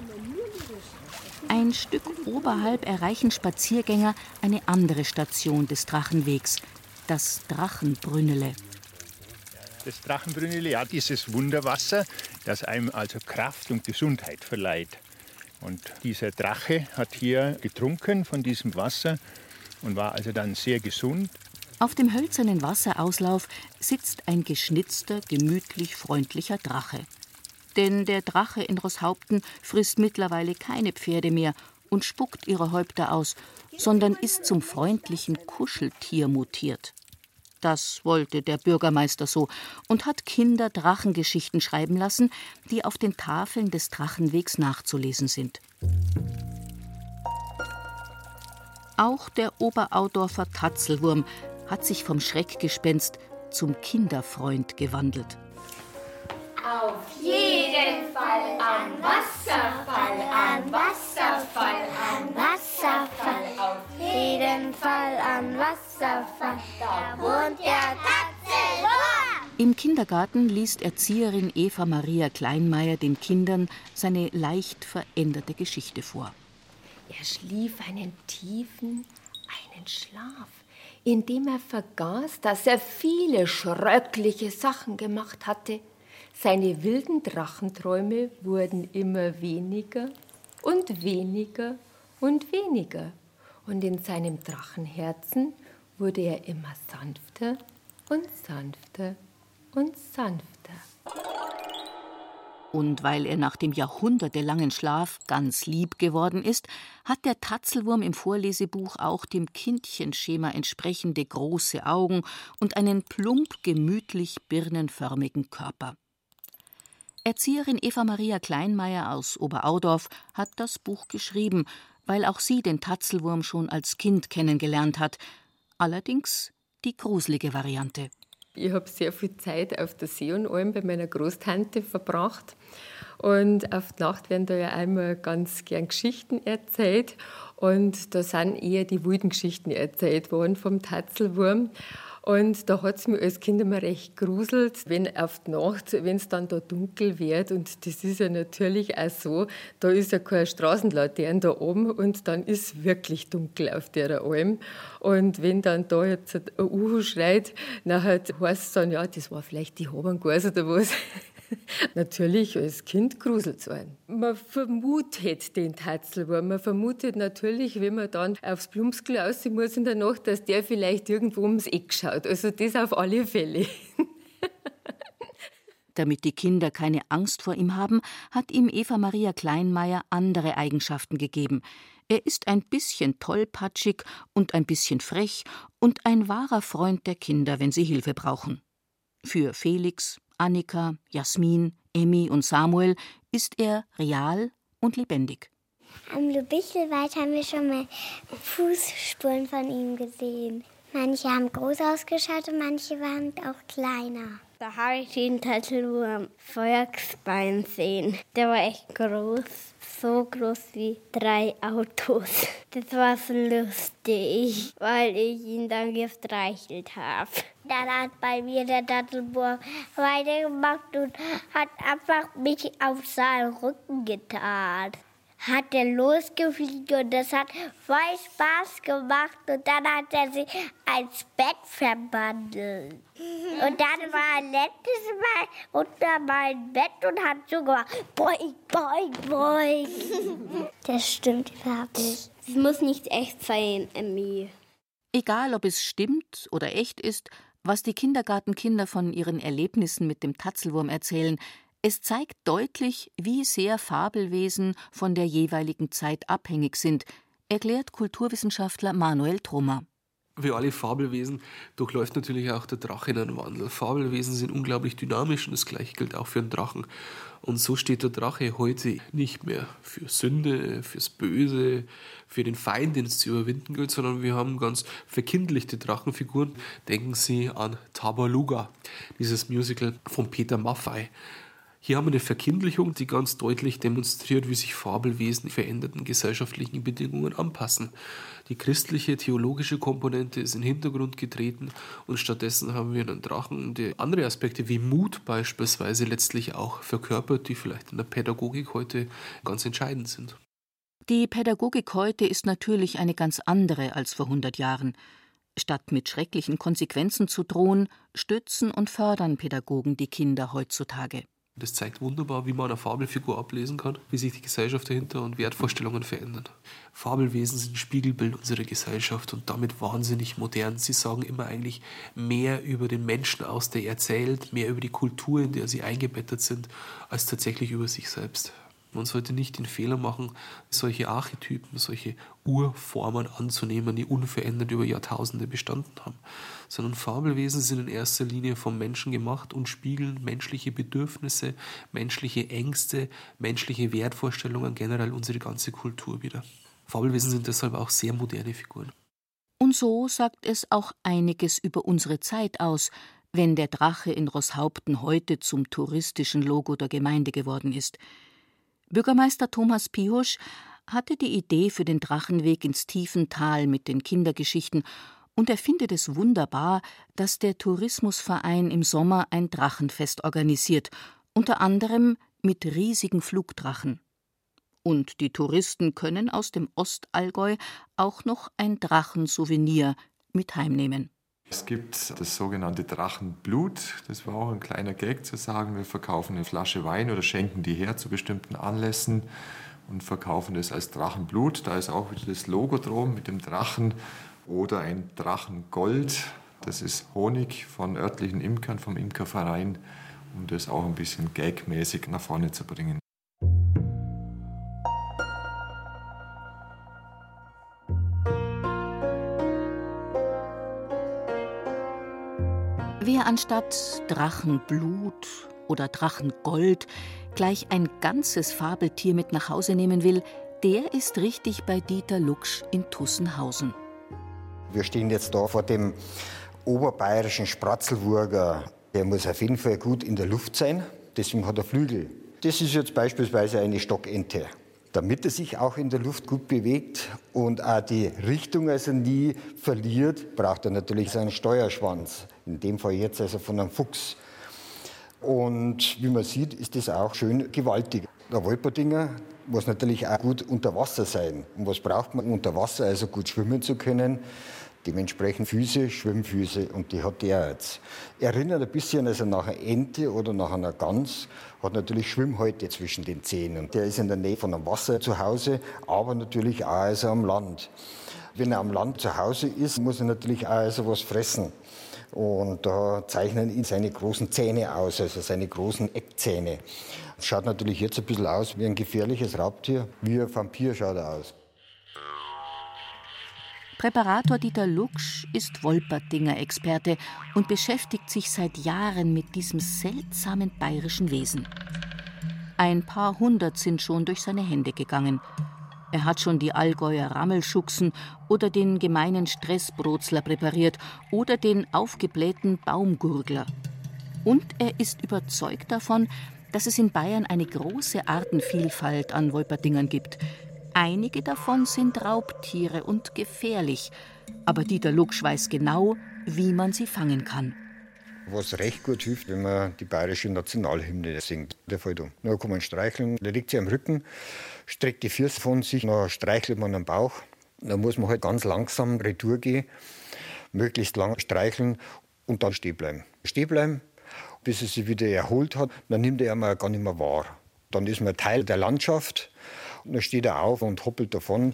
Ein Stück oberhalb erreichen Spaziergänger eine andere Station des Drachenwegs, das Drachenbrünnele. Das Drachenbrünnele, ja, dieses Wunderwasser, das einem also Kraft und Gesundheit verleiht. Und dieser Drache hat hier getrunken von diesem Wasser und war also dann sehr gesund. Auf dem hölzernen Wasserauslauf sitzt ein geschnitzter, gemütlich freundlicher Drache. Denn der Drache in Roßhaupten frisst mittlerweile keine Pferde mehr und spuckt ihre Häupter aus, sondern ist zum freundlichen Kuscheltier mutiert. Das wollte der Bürgermeister so und hat Kinder Drachengeschichten schreiben lassen, die auf den Tafeln des Drachenwegs nachzulesen sind. Auch der Oberaudorfer Tatzelwurm hat sich vom Schreckgespenst zum Kinderfreund gewandelt. Auf jeden Fall an Wasserfall, an Wasserfall, an Wasserfall. Auf jeden Fall an Wasserfall, da wohnt der Tatzelwurm. Im Kindergarten liest Erzieherin Eva Maria Kleinmeier den Kindern seine leicht veränderte Geschichte vor. Er schlief einen tiefen, einen Schlaf, in dem er vergaß, dass er viele schröckliche Sachen gemacht hatte. Seine wilden Drachenträume wurden immer weniger und weniger und weniger. Und in seinem Drachenherzen wurde er immer sanfter und sanfter und sanfter. Und weil er nach dem jahrhundertelangen Schlaf ganz lieb geworden ist, hat der Tatzelwurm im Vorlesebuch auch dem Kindchenschema entsprechende große Augen und einen plump gemütlich birnenförmigen Körper. Erzieherin Eva Maria Kleinmeier aus Oberaudorf hat das Buch geschrieben, weil auch sie den Tatzelwurm schon als Kind kennengelernt hat. Allerdings die gruselige Variante. Ich habe sehr viel Zeit auf der Seeonalm bei meiner Großtante verbracht. Und auf die Nacht werden da ja einmal ganz gern Geschichten erzählt. Und da sind eher die wilden Geschichten erzählt worden vom Tatzelwurm. Und da hat es mich als Kind immer recht gruselt, wenn auf die Nacht, wenn es dann da dunkel wird. Und das ist ja natürlich auch so, da ist ja keine Straßenlaterne da oben und dann ist wirklich dunkel auf der Alm. Und wenn dann da jetzt ein Uhu schreit, nachher heißt es dann, ja, das war vielleicht die Haberngors oder was. Natürlich, als Kind gruselt es einen. Man vermutet den Tatzelwurm. Man vermutet natürlich, wenn man dann aufs Plumpskel raus muss in der Nacht, dass der vielleicht irgendwo ums Eck schaut. Also das auf alle Fälle. Damit die Kinder keine Angst vor ihm haben, hat ihm Eva Maria Kleinmeier andere Eigenschaften gegeben. Er ist ein bisschen tollpatschig und ein bisschen frech und ein wahrer Freund der Kinder, wenn sie Hilfe brauchen. Für Felix, Annika, Jasmin, Emmy und Samuel ist er real und lebendig. Am Lubichelwald haben wir schon mal Fußspuren von ihm gesehen. Manche haben groß ausgeschaut und manche waren auch kleiner. Da habe ich den Tatzelwurm Volksbein sehen. Der war echt groß. So groß wie 3 Autos. Das war so lustig, weil ich ihn dann gestreichelt habe. Dann hat bei mir der Dattelwurm weitergemacht und hat einfach mich auf seinen Rücken getan. Hat er losgeflogen und das hat voll Spaß gemacht und dann hat er sich als Bett verwandelt. Und dann war er letztes Mal unter meinem Bett und hat so gemacht, boing, boing, boing. Das stimmt überhaupt nicht. Es muss nicht echt sein, Emmy. Egal, ob es stimmt oder echt ist, was die Kindergartenkinder von ihren Erlebnissen mit dem Tatzelwurm erzählen, es zeigt deutlich, wie sehr Fabelwesen von der jeweiligen Zeit abhängig sind, erklärt Kulturwissenschaftler Manuel Trummer. Wie alle Fabelwesen durchläuft natürlich auch der Drache einen Wandel. Fabelwesen sind unglaublich dynamisch und das Gleiche gilt auch für einen Drachen. Und so steht der Drache heute nicht mehr für Sünde, fürs Böse, für den Feind, den es zu überwinden gilt, sondern wir haben ganz verkindlichte Drachenfiguren. Denken Sie an Tabaluga, dieses Musical von Peter Maffay. Hier haben wir eine Verkindlichung, die ganz deutlich demonstriert, wie sich Fabelwesen veränderten gesellschaftlichen Bedingungen anpassen. Die christliche, theologische Komponente ist in den Hintergrund getreten und stattdessen haben wir einen Drachen, der andere Aspekte wie Mut beispielsweise letztlich auch verkörpert, die vielleicht in der Pädagogik heute ganz entscheidend sind. Die Pädagogik heute ist natürlich eine ganz andere als vor 100 Jahren. Statt mit schrecklichen Konsequenzen zu drohen, stützen und fördern Pädagogen die Kinder heutzutage. Das zeigt wunderbar, wie man eine Fabelfigur ablesen kann, wie sich die Gesellschaft dahinter und Wertvorstellungen verändern. Fabelwesen sind Spiegelbild unserer Gesellschaft und damit wahnsinnig modern. Sie sagen immer eigentlich mehr über den Menschen aus, der erzählt, mehr über die Kultur, in der sie eingebettet sind, als tatsächlich über sich selbst. Man sollte nicht den Fehler machen, solche Archetypen, solche Urformen anzunehmen, die unverändert über Jahrtausende bestanden haben. Sondern Fabelwesen sind in erster Linie vom Menschen gemacht und spiegeln menschliche Bedürfnisse, menschliche Ängste, menschliche Wertvorstellungen, generell unsere ganze Kultur wider. Fabelwesen sind deshalb auch sehr moderne Figuren. Und so sagt es auch einiges über unsere Zeit aus, wenn der Drache in Roßhaupten heute zum touristischen Logo der Gemeinde geworden ist. Bürgermeister Thomas Pihusch hatte die Idee für den Drachenweg ins Tiefental mit den Kindergeschichten und er findet es wunderbar, dass der Tourismusverein im Sommer ein Drachenfest organisiert, unter anderem mit riesigen Flugdrachen. Und die Touristen können aus dem Ostallgäu auch noch ein Drachensouvenir mit heimnehmen. Es gibt das sogenannte Drachenblut. Das war auch ein kleiner Gag zu sagen, wir verkaufen eine Flasche Wein oder schenken die her zu bestimmten Anlässen und verkaufen das als Drachenblut. Da ist auch wieder das Logo drum mit dem Drachen oder ein Drachengold. Das ist Honig von örtlichen Imkern, vom Imkerverein, um das auch ein bisschen gagmäßig nach vorne zu bringen. Wer anstatt Drachenblut oder Drachengold gleich ein ganzes Fabeltier mit nach Hause nehmen will, der ist richtig bei Dieter Luksch in Tussenhausen. Wir stehen jetzt da vor dem oberbayerischen Spratzelwurger. Der muss auf jeden Fall gut in der Luft sein, deswegen hat er Flügel. Das ist jetzt beispielsweise eine Stockente. Damit er sich auch in der Luft gut bewegt und auch die Richtung also nie verliert, braucht er natürlich seinen Steuerschwanz. In dem Fall jetzt also von einem Fuchs. Und wie man sieht, ist das auch schön gewaltig. Der Wolperdinger muss natürlich auch gut unter Wasser sein. Und was braucht man unter Wasser, also gut schwimmen zu können? Dementsprechend Füße, Schwimmfüße, und die hat der jetzt. Erinnert ein bisschen also nach einer Ente oder nach einer Gans, hat natürlich Schwimmhäute zwischen den Zähnen. Und der ist in der Nähe von einem Wasser zu Hause, aber natürlich auch also am Land. Wenn er am Land zu Hause ist, muss er natürlich auch also was fressen. Und da zeichnen ihn seine großen Zähne aus, also seine großen Eckzähne. Schaut natürlich jetzt ein bisschen aus wie ein gefährliches Raubtier, wie ein Vampir schaut er aus. Präparator Dieter Luksch ist Wolpertinger-Experte und beschäftigt sich seit Jahren mit diesem seltsamen bayerischen Wesen. Ein paar hundert sind schon durch seine Hände gegangen. Er hat schon die Allgäuer Rammelschuchsen oder den gemeinen Stressbrotzler präpariert oder den aufgeblähten Baumgurgler. Und er ist überzeugt davon, dass es in Bayern eine große Artenvielfalt an Wolpertingern gibt. Einige davon sind Raubtiere und gefährlich. Aber Dieter Luksch weiß genau, wie man sie fangen kann. Was recht gut hilft, wenn man die bayerische Nationalhymne singt. Der fällt um. Dann kann man streicheln, der liegt sich am Rücken, streckt die Füße von sich, dann streichelt man am Bauch. Dann muss man halt ganz langsam retour gehen, möglichst lang streicheln und dann stehen bleiben. Stehen bleiben, bis er sich wieder erholt hat, dann nimmt er einmal gar nicht mehr wahr. Dann ist man Teil der Landschaft, und dann steht er auf und hoppelt davon.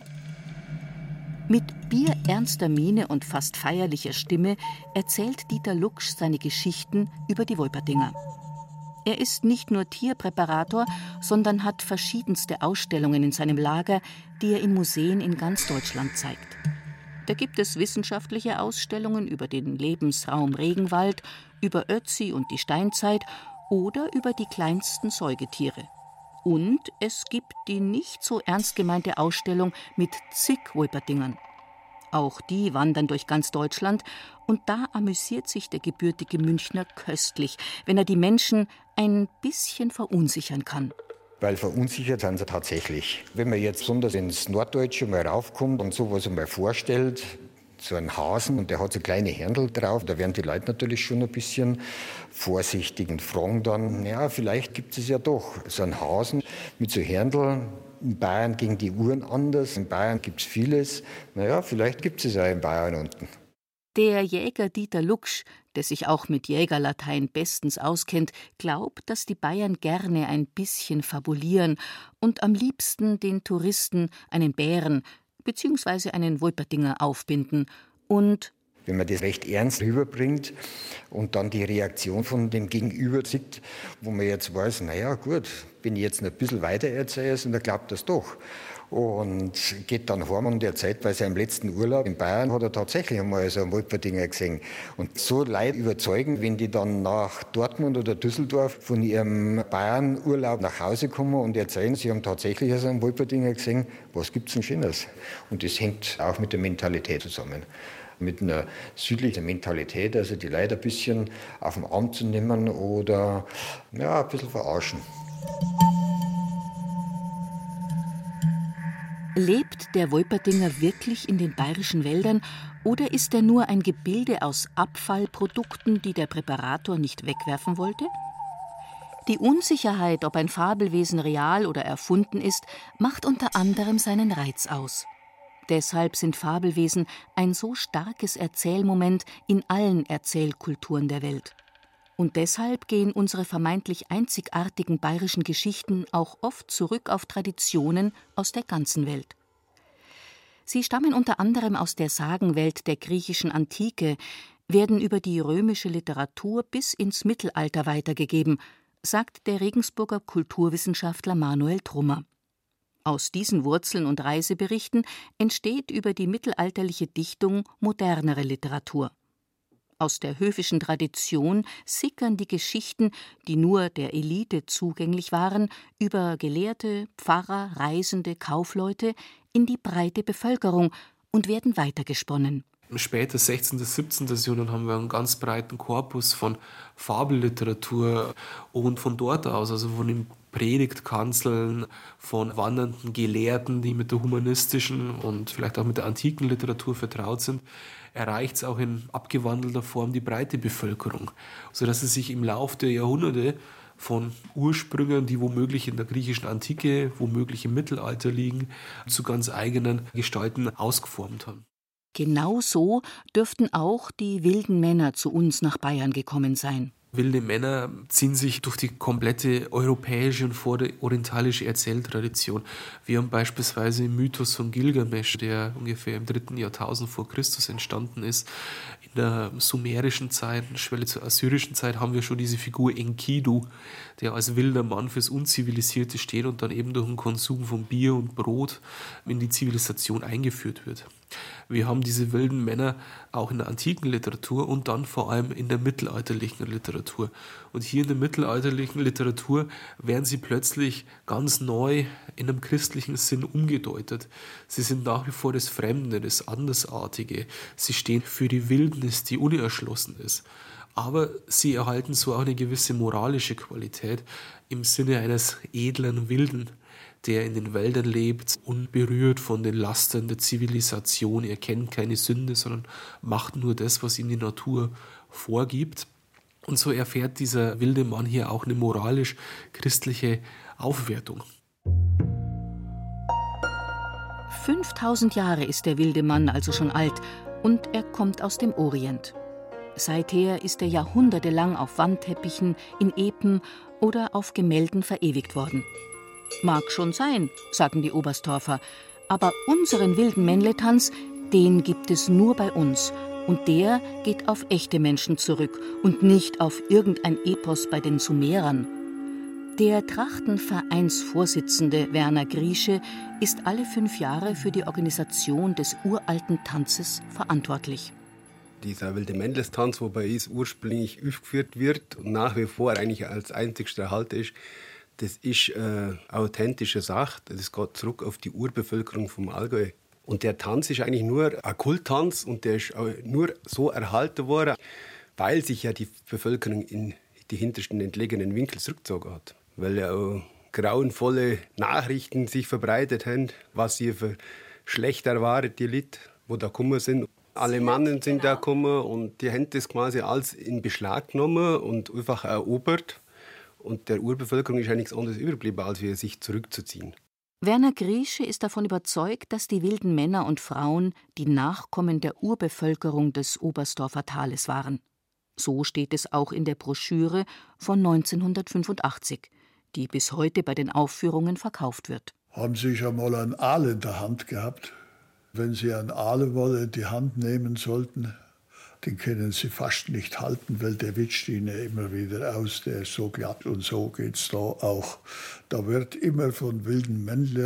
Mit bierernster Miene und fast feierlicher Stimme erzählt Dieter Luksch seine Geschichten über die Wolpertinger. Er ist nicht nur Tierpräparator, sondern hat verschiedenste Ausstellungen in seinem Lager, die er in Museen in ganz Deutschland zeigt. Da gibt es wissenschaftliche Ausstellungen über den Lebensraum Regenwald, über Ötzi und die Steinzeit oder über die kleinsten Säugetiere. Und es gibt die nicht so ernst gemeinte Ausstellung mit zig Wolpertingern. Auch die wandern durch ganz Deutschland und da amüsiert sich der gebürtige Münchner köstlich, wenn er die Menschen ein bisschen verunsichern kann. Weil verunsichert sind sie tatsächlich. Wenn man jetzt besonders ins Norddeutsche mal raufkommt und sowas einmal vorstellt, so einen Hasen und der hat so kleine Händel drauf, da werden die Leute natürlich schon ein bisschen vorsichtig und fragen dann, ja, vielleicht gibt es ja doch so einen Hasen mit so Händel. In Bayern gegen die Uhren anders, in Bayern gibt es vieles. Naja, vielleicht gibt es ja in Bayern unten. Der Jäger Dieter Luksch, der sich auch mit Jägerlatein bestens auskennt, glaubt, dass die Bayern gerne ein bisschen fabulieren und am liebsten den Touristen einen Bären bzw. einen Wolpertinger aufbinden. Und wenn man das recht ernst rüberbringt und dann die Reaktion von dem Gegenüber sieht, wo man jetzt weiß, naja gut, wenn ich jetzt ein bisschen weiter erzähle, dann glaubt das doch. Und geht dann heim und erzählt, bei seinem letzten Urlaub in Bayern hat er tatsächlich einmal so einen Wolpertinger gesehen. Und so Leute überzeugen, wenn die dann nach Dortmund oder Düsseldorf von ihrem Bayern-Urlaub nach Hause kommen und erzählen, sie haben tatsächlich so einen Wolpertinger gesehen, was gibt's denn Schönes? Und das hängt auch mit der Mentalität zusammen. Mit einer südlichen Mentalität, also die Leute ein bisschen auf den Arm zu nehmen oder ja, ein bisschen verarschen. Lebt der Wolpertinger wirklich in den bayerischen Wäldern oder ist er nur ein Gebilde aus Abfallprodukten, die der Präparator nicht wegwerfen wollte? Die Unsicherheit, ob ein Fabelwesen real oder erfunden ist, macht unter anderem seinen Reiz aus. Deshalb sind Fabelwesen ein so starkes Erzählmoment in allen Erzählkulturen der Welt. Und deshalb gehen unsere vermeintlich einzigartigen bayerischen Geschichten auch oft zurück auf Traditionen aus der ganzen Welt. Sie stammen unter anderem aus der Sagenwelt der griechischen Antike, werden über die römische Literatur bis ins Mittelalter weitergegeben, sagt der Regensburger Kulturwissenschaftler Manuel Trummer. Aus diesen Wurzeln und Reiseberichten entsteht über die mittelalterliche Dichtung modernere Literatur. Aus der höfischen Tradition sickern die Geschichten, die nur der Elite zugänglich waren, über Gelehrte, Pfarrer, Reisende, Kaufleute in die breite Bevölkerung und werden weitergesponnen. Später 16. bis 17. Jahrhundert haben wir einen ganz breiten Korpus von Fabelliteratur und von dort aus, also von den Predigtkanzeln, von wandernden Gelehrten, die mit der humanistischen und vielleicht auch mit der antiken Literatur vertraut sind, erreicht es auch in abgewandelter Form die breite Bevölkerung, sodass es sich im Laufe der Jahrhunderte von Ursprüngen, die womöglich in der griechischen Antike, womöglich im Mittelalter liegen, zu ganz eigenen Gestalten ausgeformt haben. Genau so dürften auch die wilden Männer zu uns nach Bayern gekommen sein. Wilde Männer ziehen sich durch die komplette europäische und vororientalische Erzähltradition. Wir haben beispielsweise den Mythos von Gilgamesch, der ungefähr im 3. Jahrtausend vor Christus entstanden ist. In der sumerischen Zeit, Schwelle zur assyrischen Zeit, haben wir schon diese Figur Enkidu, der als wilder Mann fürs Unzivilisierte steht und dann eben durch den Konsum von Bier und Brot in die Zivilisation eingeführt wird. Wir haben diese wilden Männer auch in der antiken Literatur und dann vor allem in der mittelalterlichen Literatur. Und hier in der mittelalterlichen Literatur werden sie plötzlich ganz neu in einem christlichen Sinn umgedeutet. Sie sind nach wie vor das Fremde, das Andersartige. Sie stehen für die Wildnis, die unerschlossen ist. Aber sie erhalten so auch eine gewisse moralische Qualität im Sinne eines edlen Wilden, der in den Wäldern lebt, unberührt von den Lastern der Zivilisation. Er kennt keine Sünde, sondern macht nur das, was ihm die Natur vorgibt. Und so erfährt dieser wilde Mann hier auch eine moralisch-christliche Aufwertung. 5000 Jahre ist der wilde Mann also schon alt und er kommt aus dem Orient. Seither ist er jahrhundertelang auf Wandteppichen, in Epen oder auf Gemälden verewigt worden. Mag schon sein, sagen die Oberstdorfer, aber unseren wilden Männletanz, den gibt es nur bei uns. Und der geht auf echte Menschen zurück und nicht auf irgendein Epos bei den Sumerern. Der Trachtenvereinsvorsitzende Werner Griesche ist alle 5 Jahre für die Organisation des uralten Tanzes verantwortlich. Dieser wilde Männlestanz, wo bei uns ursprünglich aufgeführt wird und nach wie vor eigentlich als einzigster erhalten ist, das ist eine authentische Sache. Das geht zurück auf die Urbevölkerung vom Allgäu. Und der Tanz ist eigentlich nur ein Kulttanz und der ist auch nur so erhalten worden, weil sich ja die Bevölkerung in die hintersten entlegenen Winkel zurückgezogen hat. Weil ja auch grauenvolle Nachrichten sich verbreitet haben, was hier für schlecht erwartete Leute, wo da gekommen sind. Alle Mannen sind da gekommen und die haben das quasi alles in Beschlag genommen und einfach erobert. Und der Urbevölkerung ist ja nichts anderes übergeblieben, als sich zurückzuziehen. Werner Griesche ist davon überzeugt, dass die wilden Männer und Frauen die Nachkommen der Urbevölkerung des Oberstdorfer Tales waren. So steht es auch in der Broschüre von 1985, die bis heute bei den Aufführungen verkauft wird. Haben Sie schon mal einen Aal in der Hand gehabt? Wenn Sie einen Aalwolle in die Hand nehmen sollten, den können Sie fast nicht halten, weil der witscht Ihnen immer wieder aus, der ist so glatt und so geht's da auch. Da wird immer von wilden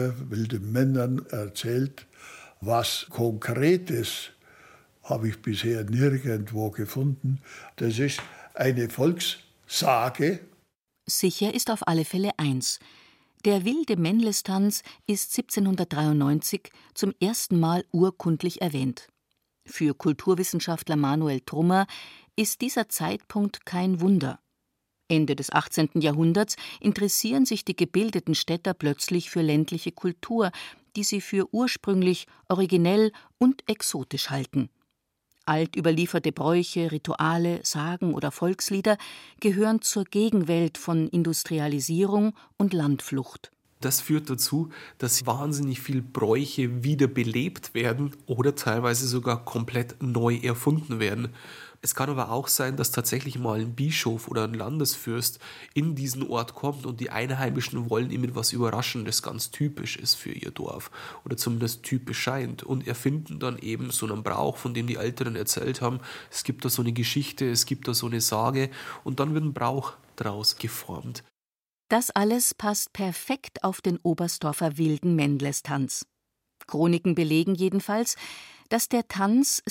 Männern erzählt. Was Konkretes habe ich bisher nirgendwo gefunden. Das ist eine Volkssage. Sicher ist auf alle Fälle eins. Der wilde Männlestanz ist 1793 zum ersten Mal urkundlich erwähnt. Für Kulturwissenschaftler Manuel Trummer ist dieser Zeitpunkt kein Wunder. Ende des 18. Jahrhunderts interessieren sich die gebildeten Städter plötzlich für ländliche Kultur, die sie für ursprünglich, originell und exotisch halten. Altüberlieferte Bräuche, Rituale, Sagen oder Volkslieder gehören zur Gegenwelt von Industrialisierung und Landflucht. Das führt dazu, dass wahnsinnig viele Bräuche wiederbelebt werden oder teilweise sogar komplett neu erfunden werden. Es kann aber auch sein, dass tatsächlich mal ein Bischof oder ein Landesfürst in diesen Ort kommt und die Einheimischen wollen ihm mit etwas überraschen, das ganz typisch ist für ihr Dorf oder zumindest typisch scheint und erfinden dann eben so einen Brauch, von dem die Älteren erzählt haben. Es gibt da so eine Geschichte, es gibt da so eine Sage und dann wird ein Brauch daraus geformt. Das alles passt perfekt auf den Oberstdorfer wilden Männlestanz. Chroniken belegen jedenfalls, dass der Tanz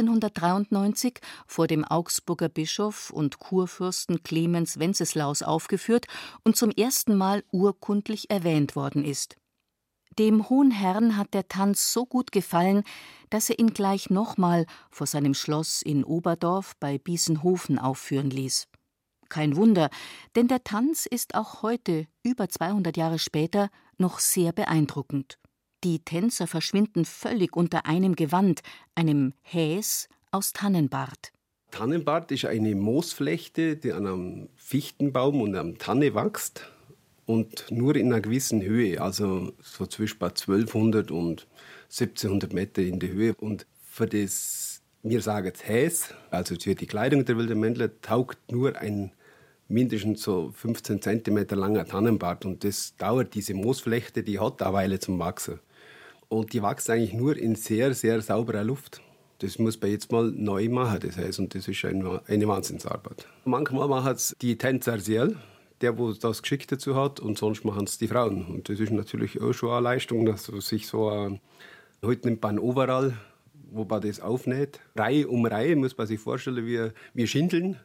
1793 vor dem Augsburger Bischof und Kurfürsten Clemens Wenceslaus aufgeführt und zum ersten Mal urkundlich erwähnt worden ist. Dem hohen Herrn hat der Tanz so gut gefallen, dass er ihn gleich nochmal vor seinem Schloss in Oberdorf bei Biesenhofen aufführen ließ. Kein Wunder, denn der Tanz ist auch heute, über 200 Jahre später, noch sehr beeindruckend. Die Tänzer verschwinden völlig unter einem Gewand, einem Häs aus Tannenbart. Tannenbart ist eine Moosflechte, die an einem Fichtenbaum und einer Tanne wächst und nur in einer gewissen Höhe, also so zwischen 1200 und 1700 Meter in der Höhe. Und für das, wir sagen es Häs, also für die Kleidung der wilden Männler, taugt nur ein mindestens so 15 cm langer Tannenbart. Und das dauert, diese Moosflechte, die hat eine Weile zum Wachsen. Und die wächst eigentlich nur in sehr, sehr sauberer Luft. Das muss man jetzt mal neu machen, das heißt, und das ist eine Wahnsinnsarbeit. Manchmal machen es die Tänzer selbst, der, wo das geschickt dazu hat, und sonst machen es die Frauen. Und das ist natürlich auch schon eine Leistung, dass sich so heute nimmt man Overall, wo man das aufnäht. Reihe um Reihe, muss man sich vorstellen, wie Schindeln.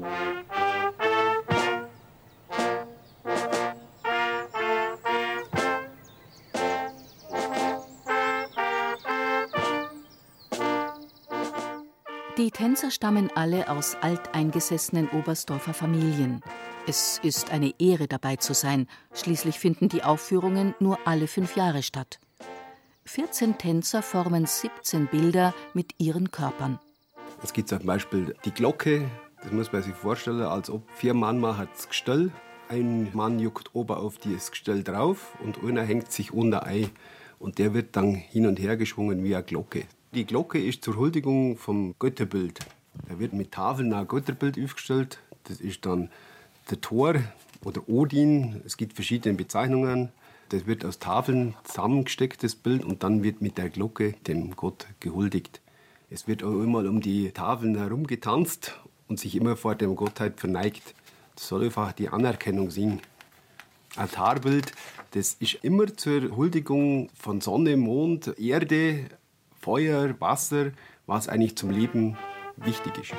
Die Tänzer stammen alle aus alteingesessenen Oberstdorfer Familien. Es ist eine Ehre, dabei zu sein. Schließlich finden die Aufführungen nur alle 5 Jahre statt. 14 Tänzer formen 17 Bilder mit ihren Körpern. Es gibt zum Beispiel die Glocke. Das muss man sich vorstellen, als ob 4 Mann machen das Gestell. Ein Mann juckt oben auf das Gestell drauf und einer hängt sich unter ein. Und der wird dann hin und her geschwungen wie eine Glocke. Die Glocke ist zur Huldigung vom Götterbild. Da wird mit Tafeln ein Götterbild aufgestellt. Das ist dann der Thor oder Odin. Es gibt verschiedene Bezeichnungen. Das wird aus Tafeln zusammengesteckt, das Bild, und dann wird mit der Glocke dem Gott gehuldigt. Es wird auch immer um die Tafeln herum getanzt und sich immer vor dem Gottheit verneigt. Das soll einfach die Anerkennung sein. Altarbild, das ist immer zur Huldigung von Sonne, Mond, Erde, Feuer, Wasser, was eigentlich zum Leben wichtig ist.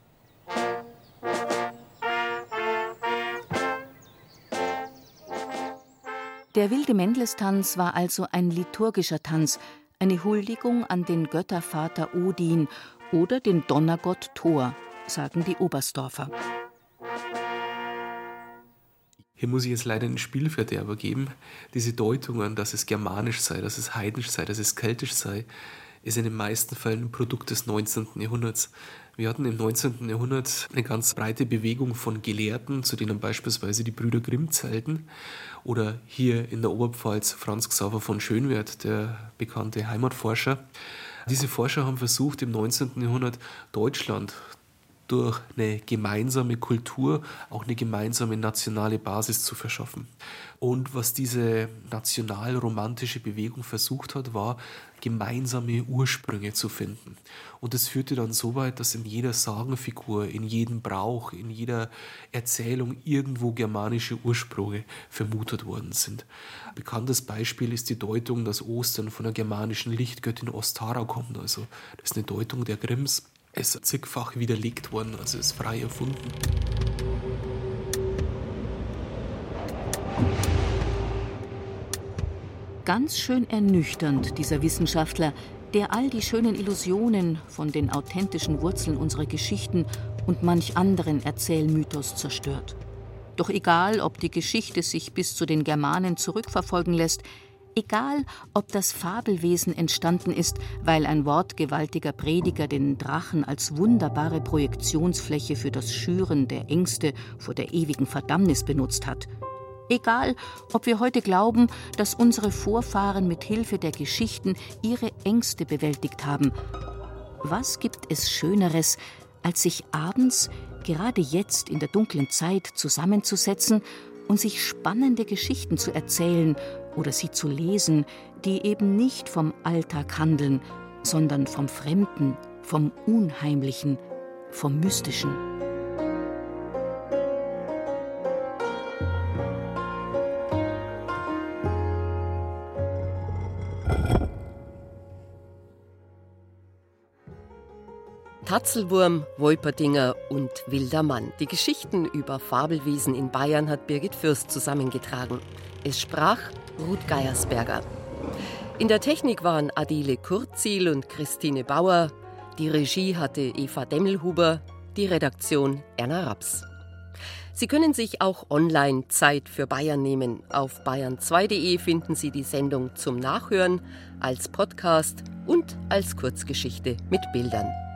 Der wilde Mendlestanz war also ein liturgischer Tanz, eine Huldigung an den Göttervater Odin oder den Donnergott Thor, sagen die Oberstdorfer. Hier muss ich jetzt leider einen Spielverderber geben. Diese Deutungen, dass es germanisch sei, dass es heidnisch sei, dass es keltisch sei, ist in den meisten Fällen ein Produkt des 19. Jahrhunderts. Wir hatten im 19. Jahrhundert eine ganz breite Bewegung von Gelehrten, zu denen beispielsweise die Brüder Grimm zählten. Oder hier in der Oberpfalz Franz Xaver von Schönwerth, der bekannte Heimatforscher. Diese Forscher haben versucht, im 19. Jahrhundert Deutschland durch eine gemeinsame Kultur auch eine gemeinsame nationale Basis zu verschaffen. Und was diese national-romantische Bewegung versucht hat, war, gemeinsame Ursprünge zu finden. Und das führte dann so weit, dass in jeder Sagenfigur, in jedem Brauch, in jeder Erzählung irgendwo germanische Ursprünge vermutet worden sind. Ein bekanntes Beispiel ist die Deutung, dass Ostern von der germanischen Lichtgöttin Ostara kommt. Also das ist eine Deutung der Grimms. Es ist zigfach widerlegt worden, also ist frei erfunden. Ganz schön ernüchternd, dieser Wissenschaftler, der all die schönen Illusionen von den authentischen Wurzeln unserer Geschichten und manch anderen Erzählmythos zerstört. Doch egal, ob die Geschichte sich bis zu den Germanen zurückverfolgen lässt, egal, ob das Fabelwesen entstanden ist, weil ein wortgewaltiger Prediger den Drachen als wunderbare Projektionsfläche für das Schüren der Ängste vor der ewigen Verdammnis benutzt hat. Egal, ob wir heute glauben, dass unsere Vorfahren mit Hilfe der Geschichten ihre Ängste bewältigt haben. Was gibt es Schöneres, als sich abends, gerade jetzt in der dunklen Zeit, zusammenzusetzen und sich spannende Geschichten zu erzählen oder sie zu lesen, die eben nicht vom Alltag handeln, sondern vom Fremden, vom Unheimlichen, vom Mystischen. Tatzelwurm, Wolperdinger und wilder Mann. Die Geschichten über Fabelwesen in Bayern hat Birgit Fürst zusammengetragen. Es sprach Ruth Geiersberger. In der Technik waren Adele Kurzil und Christine Bauer. Die Regie hatte Eva Demmelhuber, die Redaktion Erna Raps. Sie können sich auch online Zeit für Bayern nehmen. Auf bayern2.de finden Sie die Sendung zum Nachhören, als Podcast und als Kurzgeschichte mit Bildern.